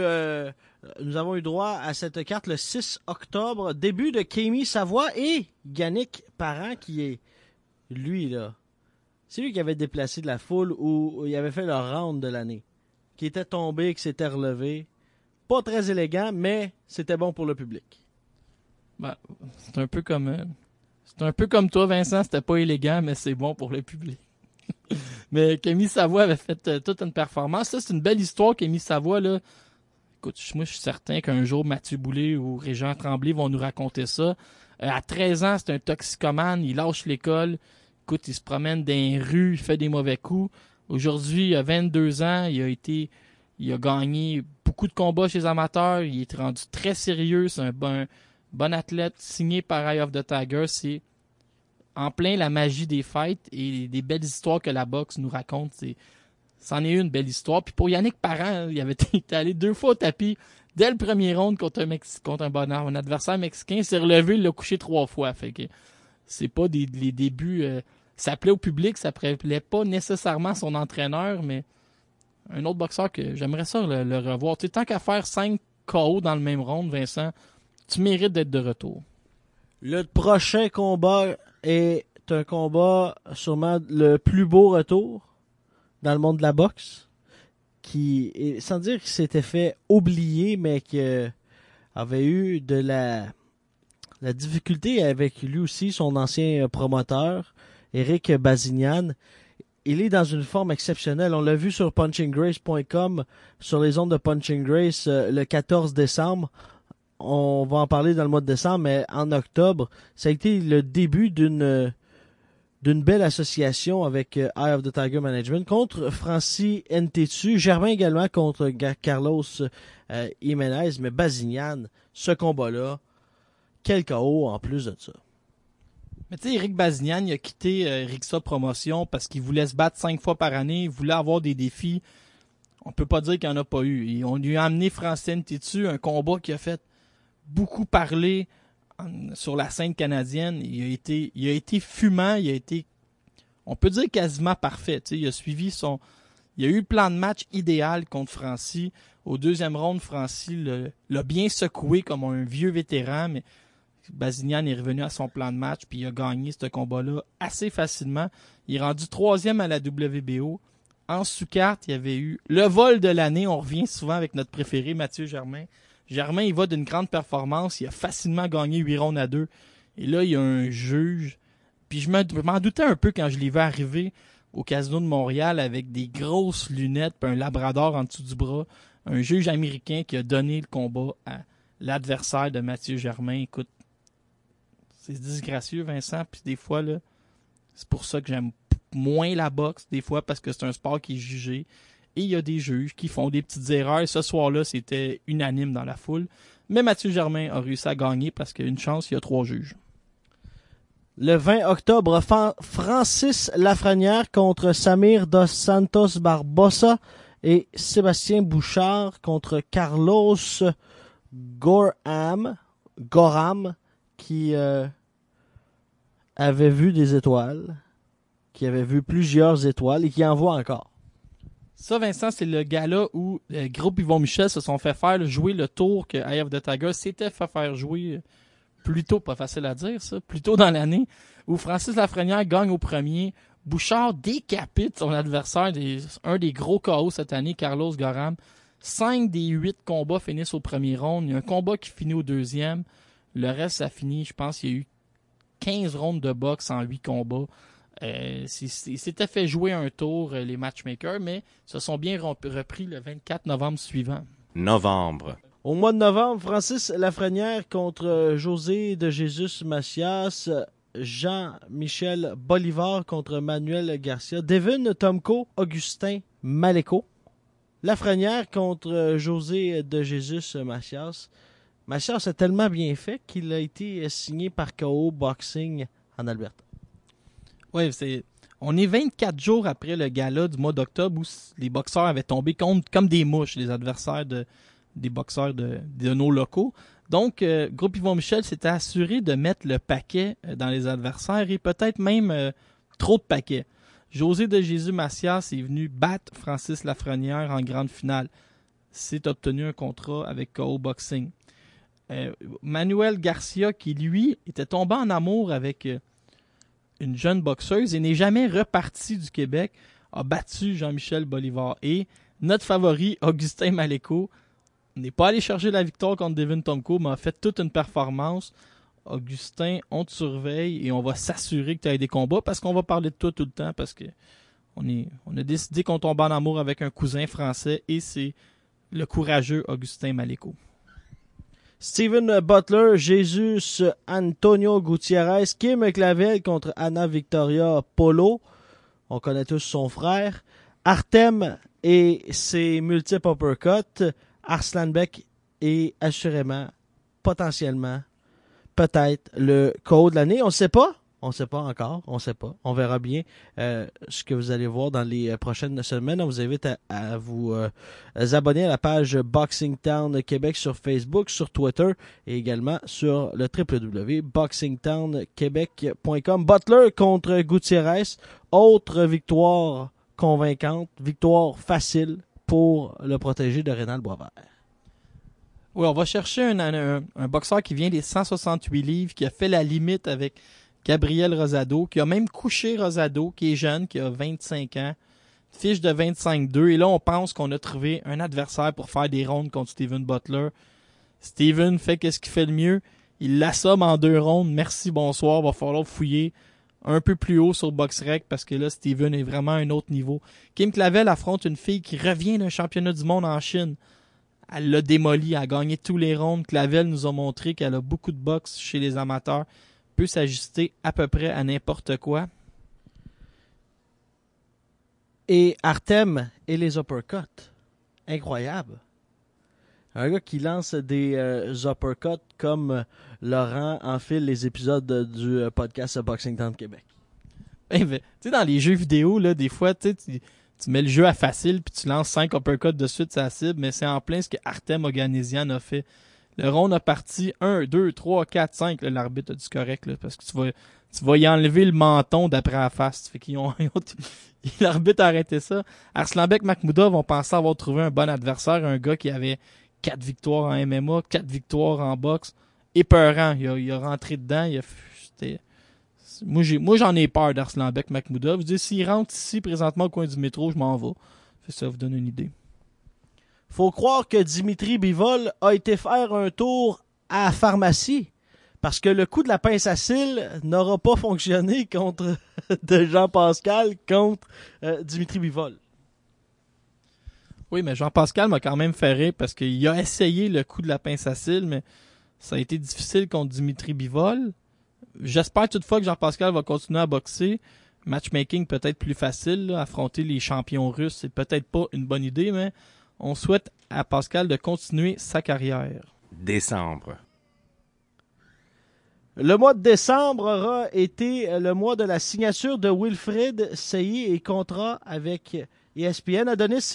droit à cette carte le 6 octobre, début de Kémy Savoie et Yannick Parent qui est, lui là, c'est lui qui avait déplacé de la foule où il avait fait le round de l'année, qui était tombé, qui s'était relevé. Pas très élégant, mais c'était bon pour le public. Ben, c'est un peu comme toi, Vincent, c'était pas élégant, mais c'est bon pour le public. Mais Kémy Savoie avait fait toute une performance. Ça, c'est une belle histoire, Kémy Savoie, là. Écoute, moi, je suis certain qu'un jour, Mathieu Boulay ou Régent Tremblay vont nous raconter ça. À 13 ans, c'est un toxicomane, il lâche l'école. Écoute, il se promène dans les rues, il fait des mauvais coups. Aujourd'hui, il a 22 ans, il a gagné beaucoup de combats chez les amateurs, il est rendu très sérieux, c'est un bon athlète signé par Eye of the Tiger. C'est en plein la magie des fights et des belles histoires que la boxe nous raconte. C'en est une belle histoire. Puis pour Yannick Parent, il avait été allé 2 fois au tapis dès le premier round contre un adversaire mexicain. Il s'est relevé, il l'a couché 3 fois. Fait que c'est pas les débuts. Ça plaît au public, ça plaît pas nécessairement son entraîneur, mais un autre boxeur que j'aimerais ça le revoir. Tu sais, tant qu'à faire 5 KO dans le même round, Vincent, tu mérites d'être de retour. Le prochain combat est un combat sûrement le plus beau retour dans le monde de la boxe, qui, sans dire qu'il s'était fait oublier, mais qui avait eu de la difficulté avec lui aussi, son ancien promoteur, Eric Bazignan. Il est dans une forme exceptionnelle. On l'a vu sur punchinggrace.com, sur les ondes de Punching Grace, le 14 décembre. On va en parler dans le mois de décembre, mais en octobre, ça a été le début d'une belle association avec Eye of the Tiger Management contre Francis Ntetu, Germain également contre Carlos Jiménez, mais Bazignan, ce combat-là, quel KO en plus de ça. Mais tu sais, Eric Bazignan, il a quitté Rixa Promotion parce qu'il voulait se battre 5 fois par année, il voulait avoir des défis. on peut pas dire qu'il n'y en a pas eu. Et on lui a amené Francis Ntitu, un combat qui a fait beaucoup parler sur la scène canadienne. Il a été fumant, on peut dire quasiment parfait. T'sais, il a eu le plan de match idéal contre Francis. Au deuxième round, Francis l'a bien secoué comme un vieux vétéran, mais Bazignan est revenu à son plan de match puis il a gagné ce combat-là assez facilement. Il est rendu 3e à la WBO. En sous-carte, il y avait eu le vol de l'année. On revient souvent avec notre préféré, Mathieu Germain. Germain, il va d'une grande performance. Il a facilement gagné 8 rounds à 2. Et là, il y a un juge. Puis je m'en doutais un peu quand je l'ai vu arriver au Casino de Montréal avec des grosses lunettes et un labrador en dessous du bras. Un juge américain qui a donné le combat à l'adversaire de Mathieu Germain. Écoute, c'est disgracieux, Vincent. Puis des fois, là, c'est pour ça que j'aime moins la boxe, des fois, parce que c'est un sport qui est jugé. Et il y a des juges qui font des petites erreurs. Et ce soir-là, c'était unanime dans la foule. Mais Mathieu Germain a réussi à gagner parce qu'il y a une chance, il y a 3 juges. Le 20 octobre, Francis Lafrenière contre Samir Dos Santos Barbosa et Sébastien Bouchard contre Carlos Gorham qui avait vu des étoiles, qui avait vu plusieurs étoiles et qui en voit encore. Ça, Vincent, c'est le gala où le groupe Yvon Michel se sont fait faire jouer le tour que Eye of the Tiger s'était fait faire jouer plus tôt, pas facile à dire ça, plus tôt dans l'année, où Francis Lafrenière gagne au premier. Bouchard décapite son adversaire, un des gros KO cette année, Carlos Gorham. 5 des 8 combats finissent au premier round. Il y a un combat qui finit au deuxième. Le reste, ça finit, je pense qu'il y a eu 15 rounds de boxe en 8 combats. Il s'était fait jouer un tour, les matchmakers, mais se sont bien repris le 24 novembre suivant. Au mois de novembre, Francis Lafrenière contre José de Jesus Macias, Jean-Michel Bolivar contre Manuel Garcia, Devin Tomko, Augustin Maléco. Lafrenière contre José de Jesus Macias. Macias a tellement bien fait qu'il a été signé par KO Boxing en Alberta. Oui, on est 24 jours après le gala du mois d'octobre où les boxeurs avaient tombé comme des mouches, les adversaires des boxeurs de nos locaux. Donc, Groupe Yvon Michel s'était assuré de mettre le paquet dans les adversaires et peut-être même trop de paquets. José de Jésus Macias est venu battre Francis Lafrenière en grande finale. C'est obtenu un contrat avec KO Boxing. Manuel Garcia, qui lui était tombé en amour avec une jeune boxeuse et n'est jamais reparti du Québec, a battu Jean-Michel Bolivar. Et notre favori, Augustin Maléco, n'est pas allé chercher la victoire contre Devin Tomko, mais a fait toute une performance. Augustin, on te surveille et on va s'assurer que tu as des combats parce qu'on va parler de toi tout le temps parce que on a décidé qu'on tombe en amour avec un cousin français et c'est le courageux Augustin Maléco. Steven Butler, Jesus Antonio Gutiérrez, Kim Clavel contre Anna Victoria Polo. On connaît tous son frère. Artem et ses multiples uppercuts. Arslanbek est assurément, potentiellement, peut-être le KO de l'année. On ne sait pas. On ne sait pas encore. On ne sait pas. On verra bien ce que vous allez voir dans les prochaines semaines. On vous invite à vous abonner à la page Boxing Town Québec sur Facebook, sur Twitter et également sur le www.boxingtownquebec.com. Butler contre Gutiérrez. Autre victoire convaincante. Victoire facile pour le protégé de Rénal Boisvert. Oui, on va chercher un boxeur qui vient des 168 livres, qui a fait la limite avec Gabriel Rosado, qui a même couché Rosado, qui est jeune, qui a 25 ans, fiche de 25-2. Et là, on pense qu'on a trouvé un adversaire pour faire des rondes contre Steven Butler. Steven fait qu'est-ce qu'il fait le mieux. Il l'assomme en 2 rondes. Merci, bonsoir. Va falloir fouiller un peu plus haut sur BoxRec parce que là, Steven est vraiment à un autre niveau. Kim Clavel affronte une fille qui revient d'un championnat du monde en Chine. Elle l'a démoli, elle a gagné tous les rounds. Clavel nous a montré qu'elle a beaucoup de boxe chez les amateurs. Peut s'ajuster à peu près à n'importe quoi. Et Artem et les uppercuts. Incroyable. Un gars qui lance des uppercuts comme Laurent enfile les épisodes du podcast Boxing Town Québec. Tu sais, dans les jeux vidéo, là, des fois, tu tu mets le jeu à facile puis tu lances 5 uppercuts de suite sur la cible, mais c'est en plein ce que Artem Oganesian a fait. Le round a parti 1, 2, 3, 4, 5. Là, l'arbitre a dit correct là, parce que tu vas y enlever le menton d'après la face. Fait qu'ils l'arbitre a arrêté ça. Arslanbek Makhmoudov ont pensé avoir trouvé un bon adversaire, un gars qui avait 4 victoires en MMA, 4 victoires en boxe. Épeurant. Il a rentré dedans. Moi, j'en ai peur d'Arslanbek Makhmoudov. Je dis, s'il rentre ici présentement au coin du métro, je m'en vais. Ça vous donne une idée. Faut croire que Dimitri Bivol a été faire un tour à la pharmacie parce que le coup de la pince à cils n'aura pas fonctionné contre de Jean-Pascal contre Dimitri Bivol. Oui, mais Jean-Pascal m'a quand même fait rire parce qu'il a essayé le coup de la pince à cils, mais ça a été difficile contre Dimitri Bivol. J'espère toutefois que Jean-Pascal va continuer à boxer. Matchmaking peut-être plus facile, là, affronter les champions russes, c'est peut-être pas une bonne idée, mais on souhaite à Pascal de continuer sa carrière. Décembre. Le mois de décembre aura été le mois de la signature de Wilfred Seyi et contrat avec ESPN.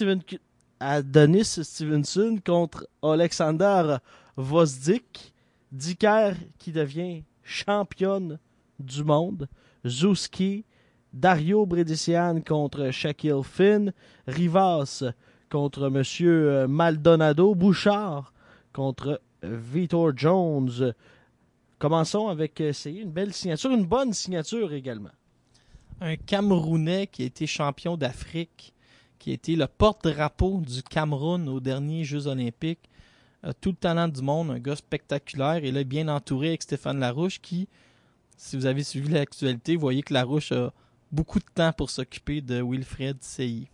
Adonis Stevenson contre Alexander Gvozdyk. Dicker qui devient championne du monde. Zouski. Dario Bredesian contre Shaquille Finn. Rivas contre M. Maldonado. Bouchard contre Vitor Jones. Commençons avec une belle signature, une bonne signature également. Un Camerounais qui a été champion d'Afrique, qui a été le porte-drapeau du Cameroun aux derniers Jeux olympiques. Tout le talent du monde, un gars spectaculaire. Et là, bien entouré avec Stéphane Larouche qui, si vous avez suivi l'actualité, vous voyez que Larouche a beaucoup de temps pour s'occuper de Wilfred Seyi.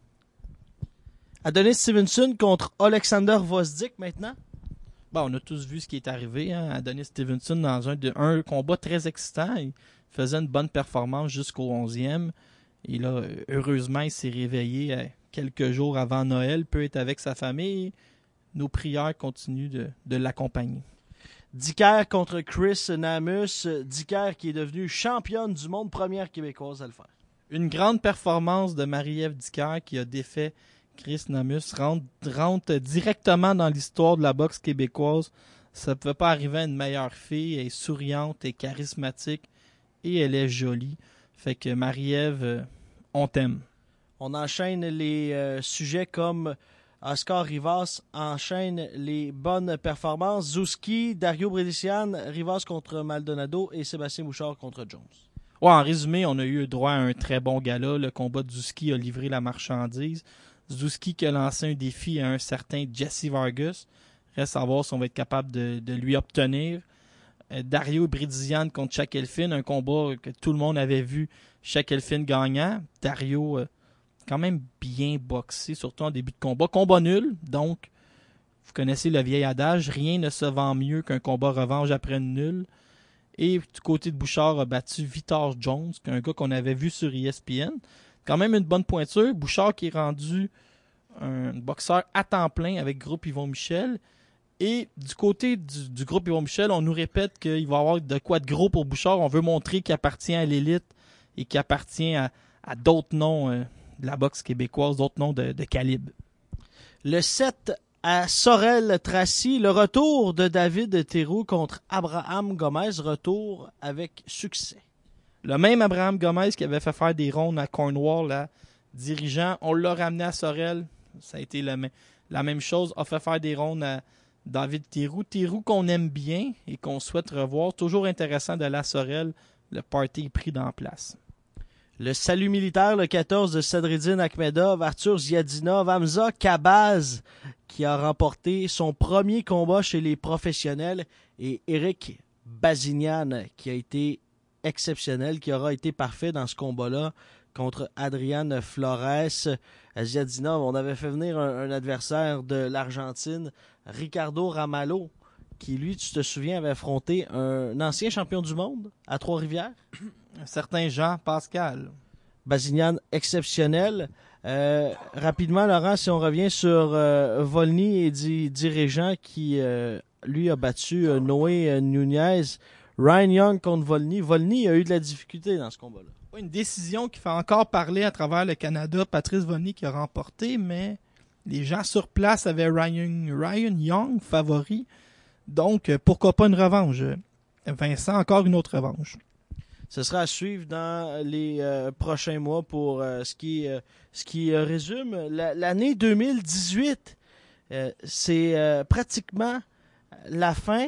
Adonis Stevenson contre Alexander Gvozdyk maintenant. Bon, on a tous vu ce qui est arrivé. Adonis Stevenson dans un combat très excitant. Il faisait une bonne performance jusqu'au 11e. Et là, heureusement, il s'est réveillé quelques jours avant Noël. Peut être avec sa famille. Nos prières continuent de l'accompagner. Dicker contre Chris Namus. Dicker qui est devenue championne du monde, première québécoise à le faire. Une grande performance de Marie-Ève Dicker qui a défait Chris Namus, rentre directement dans l'histoire de la boxe québécoise. Ça ne pouvait pas arriver à une meilleure fille. Elle est souriante et charismatique et elle est jolie. Fait que Marie-Ève, on t'aime. On enchaîne les sujets comme Oscar Rivas enchaîne les bonnes performances. Zouski, Dario Bredesian, Rivas contre Maldonado et Sébastien Bouchard contre Jones. Ouais, en résumé, on a eu droit à un très bon gala. Le combat de Zouski a livré la marchandise. Zouski qui a lancé un défi à un certain Jesse Vargas. Reste à voir si on va être capable de lui obtenir. Dario Bredesian contre Shaquille Finn, un combat que tout le monde avait vu Shaquille Finn gagnant. Dario quand même bien boxé, surtout en début de combat. Combat nul, donc vous connaissez le vieil adage, rien ne se vend mieux qu'un combat revanche après une nulle. Et du côté de Bouchard a battu Vitor Jones, un gars qu'on avait vu sur ESPN. Quand même une bonne pointure. Bouchard qui est rendu un boxeur à temps plein avec Groupe Yvon Michel. Et du côté du Groupe Yvon Michel, on nous répète qu'il va y avoir de quoi de gros pour Bouchard. On veut montrer qu'il appartient à l'élite et qu'il appartient à d'autres noms de la boxe québécoise, d'autres noms de calibre. Le 7 à Sorel-Tracy, le retour de David Théroux contre Abraham Gomez, retour avec succès. Le même Abraham Gomez qui avait fait faire des rondes à Cornwall, là, dirigeant, on l'a ramené à Sorel. Ça a été la même chose, a fait faire des rondes à David Théroux. Théroux qu'on aime bien et qu'on souhaite revoir. Toujours intéressant d'aller à Sorel. Le party est pris dans la place. Le salut militaire, le 14 de Sadreddine Akhmedov, Arthur Ziadinov, Hamza Kabaz qui a remporté son premier combat chez les professionnels et Eric Bazignan qui a été exceptionnel, qui aura été parfait dans ce combat-là contre Adrian Flores. Ziadinov, on avait fait venir un adversaire de l'Argentine, Ricardo Ramalho, qui lui, tu te souviens, avait affronté un ancien champion du monde à Trois-Rivières. Un certain Jean Pascal. Bazignan exceptionnel. Rapidement, Laurent, si on revient sur Volny et dirigeant qui, lui, a battu Noé Nunez. Ryan Young contre Volny. Volny a eu de la difficulté dans ce combat-là. Une décision qui fait encore parler à travers le Canada. Patrice Vonley qui a remporté, mais les gens sur place avaient Ryan Young favori. Donc, pourquoi pas une revanche? Vincent, encore une autre revanche. Ce sera à suivre dans les prochains mois pour ce qui résume l'année 2018. C'est pratiquement la fin.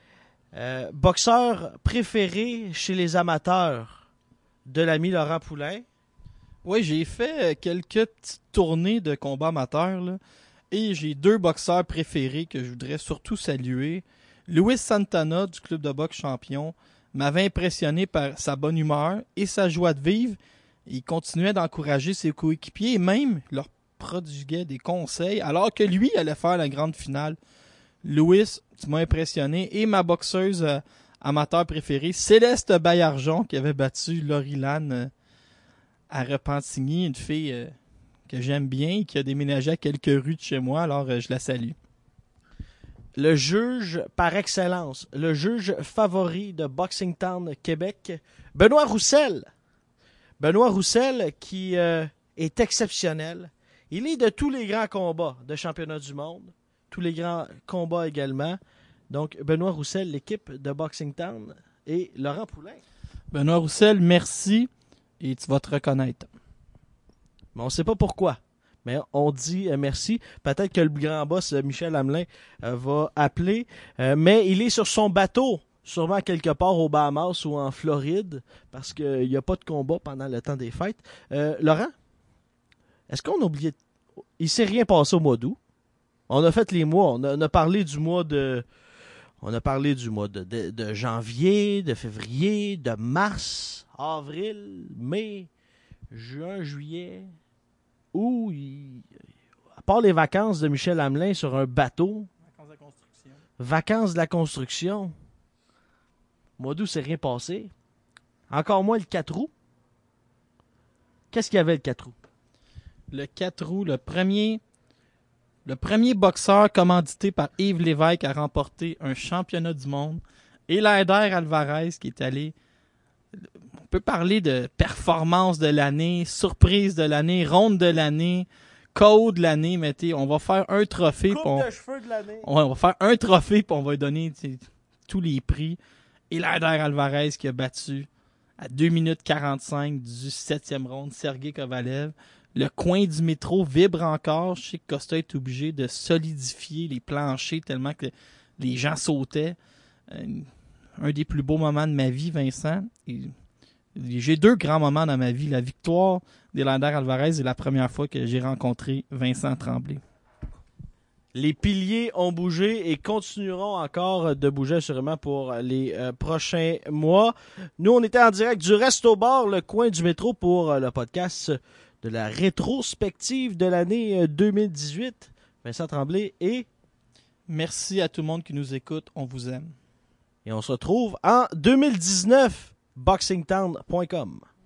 Boxeur préféré chez les amateurs de l'ami Laurent Poulain. Oui, j'ai fait quelques petites tournées de combat amateur, là, et j'ai 2 boxeurs préférés que je voudrais surtout saluer. Luis Santana du club de boxe champion m'avait impressionné par sa bonne humeur et sa joie de vivre. Il continuait d'encourager ses coéquipiers et même leur prodiguait des conseils alors que lui allait faire la grande finale. Luis, tu m'as impressionné. Et ma boxeuse amateur préférée, Céleste Baillargeon, qui avait battu Laurie Lannes à Repentigny, une fille que j'aime bien et qui a déménagé à quelques rues de chez moi, alors je la salue. Le juge par excellence, le juge favori de Boxing Town Québec, Benoît Roussel. Benoît Roussel qui est exceptionnel. Il est de tous les grands combats de championnat du monde, tous les grands combats également. Donc, Benoît Roussel, l'équipe de Boxing Town et Laurent Poulain. Benoît Roussel, merci et tu vas te reconnaître. Mais on ne sait pas pourquoi. Mais on dit merci. Peut-être que le grand boss, Michel Hamelin, va appeler. Mais il est sur son bateau, sûrement quelque part au Bahamas ou en Floride, parce qu'il n'y a pas de combat pendant le temps des fêtes. Laurent, est-ce qu'on a oublié... Il ne s'est rien passé au mois d'août. On a fait les mois. On a parlé du mois de... On a parlé du mois de janvier, de février, de mars, avril, mai, juin, juillet... Où, à part les vacances de Michel Hamelin sur un bateau, vacances de la construction, mois d'août, c'est rien passé. Encore moins le 4 août. Qu'est-ce qu'il y avait le 4 août? Le 4 août, le premier boxeur commandité par Yves Lévesque à remporter un championnat du monde. Eleider Alvarez qui est allé... On peut parler de performance de l'année, surprise de l'année, ronde de l'année, code de l'année, mais on va faire un trophée. Coupe de cheveux de l'année. On va faire un trophée puis on va lui donner tous les prix. Eleider Alvarez qui a battu à 2 minutes 45 du 7e round Sergey Kovalev. Le coin du métro vibre encore. Je sais que Costa est obligé de solidifier les planchers tellement que les gens sautaient. Un des plus beaux moments de ma vie, Vincent. J'ai 2 grands moments dans ma vie. La victoire d'Eleider Alvarez est la première fois que j'ai rencontré Vincent Tremblay. Les piliers ont bougé et continueront encore de bouger assurément pour les prochains mois. Nous, on était en direct du Resto Bar, le coin du métro, pour le podcast de la rétrospective de l'année 2018. Vincent Tremblay et... Merci à tout le monde qui nous écoute. On vous aime. Et on se retrouve en 2019. BoxingTown.com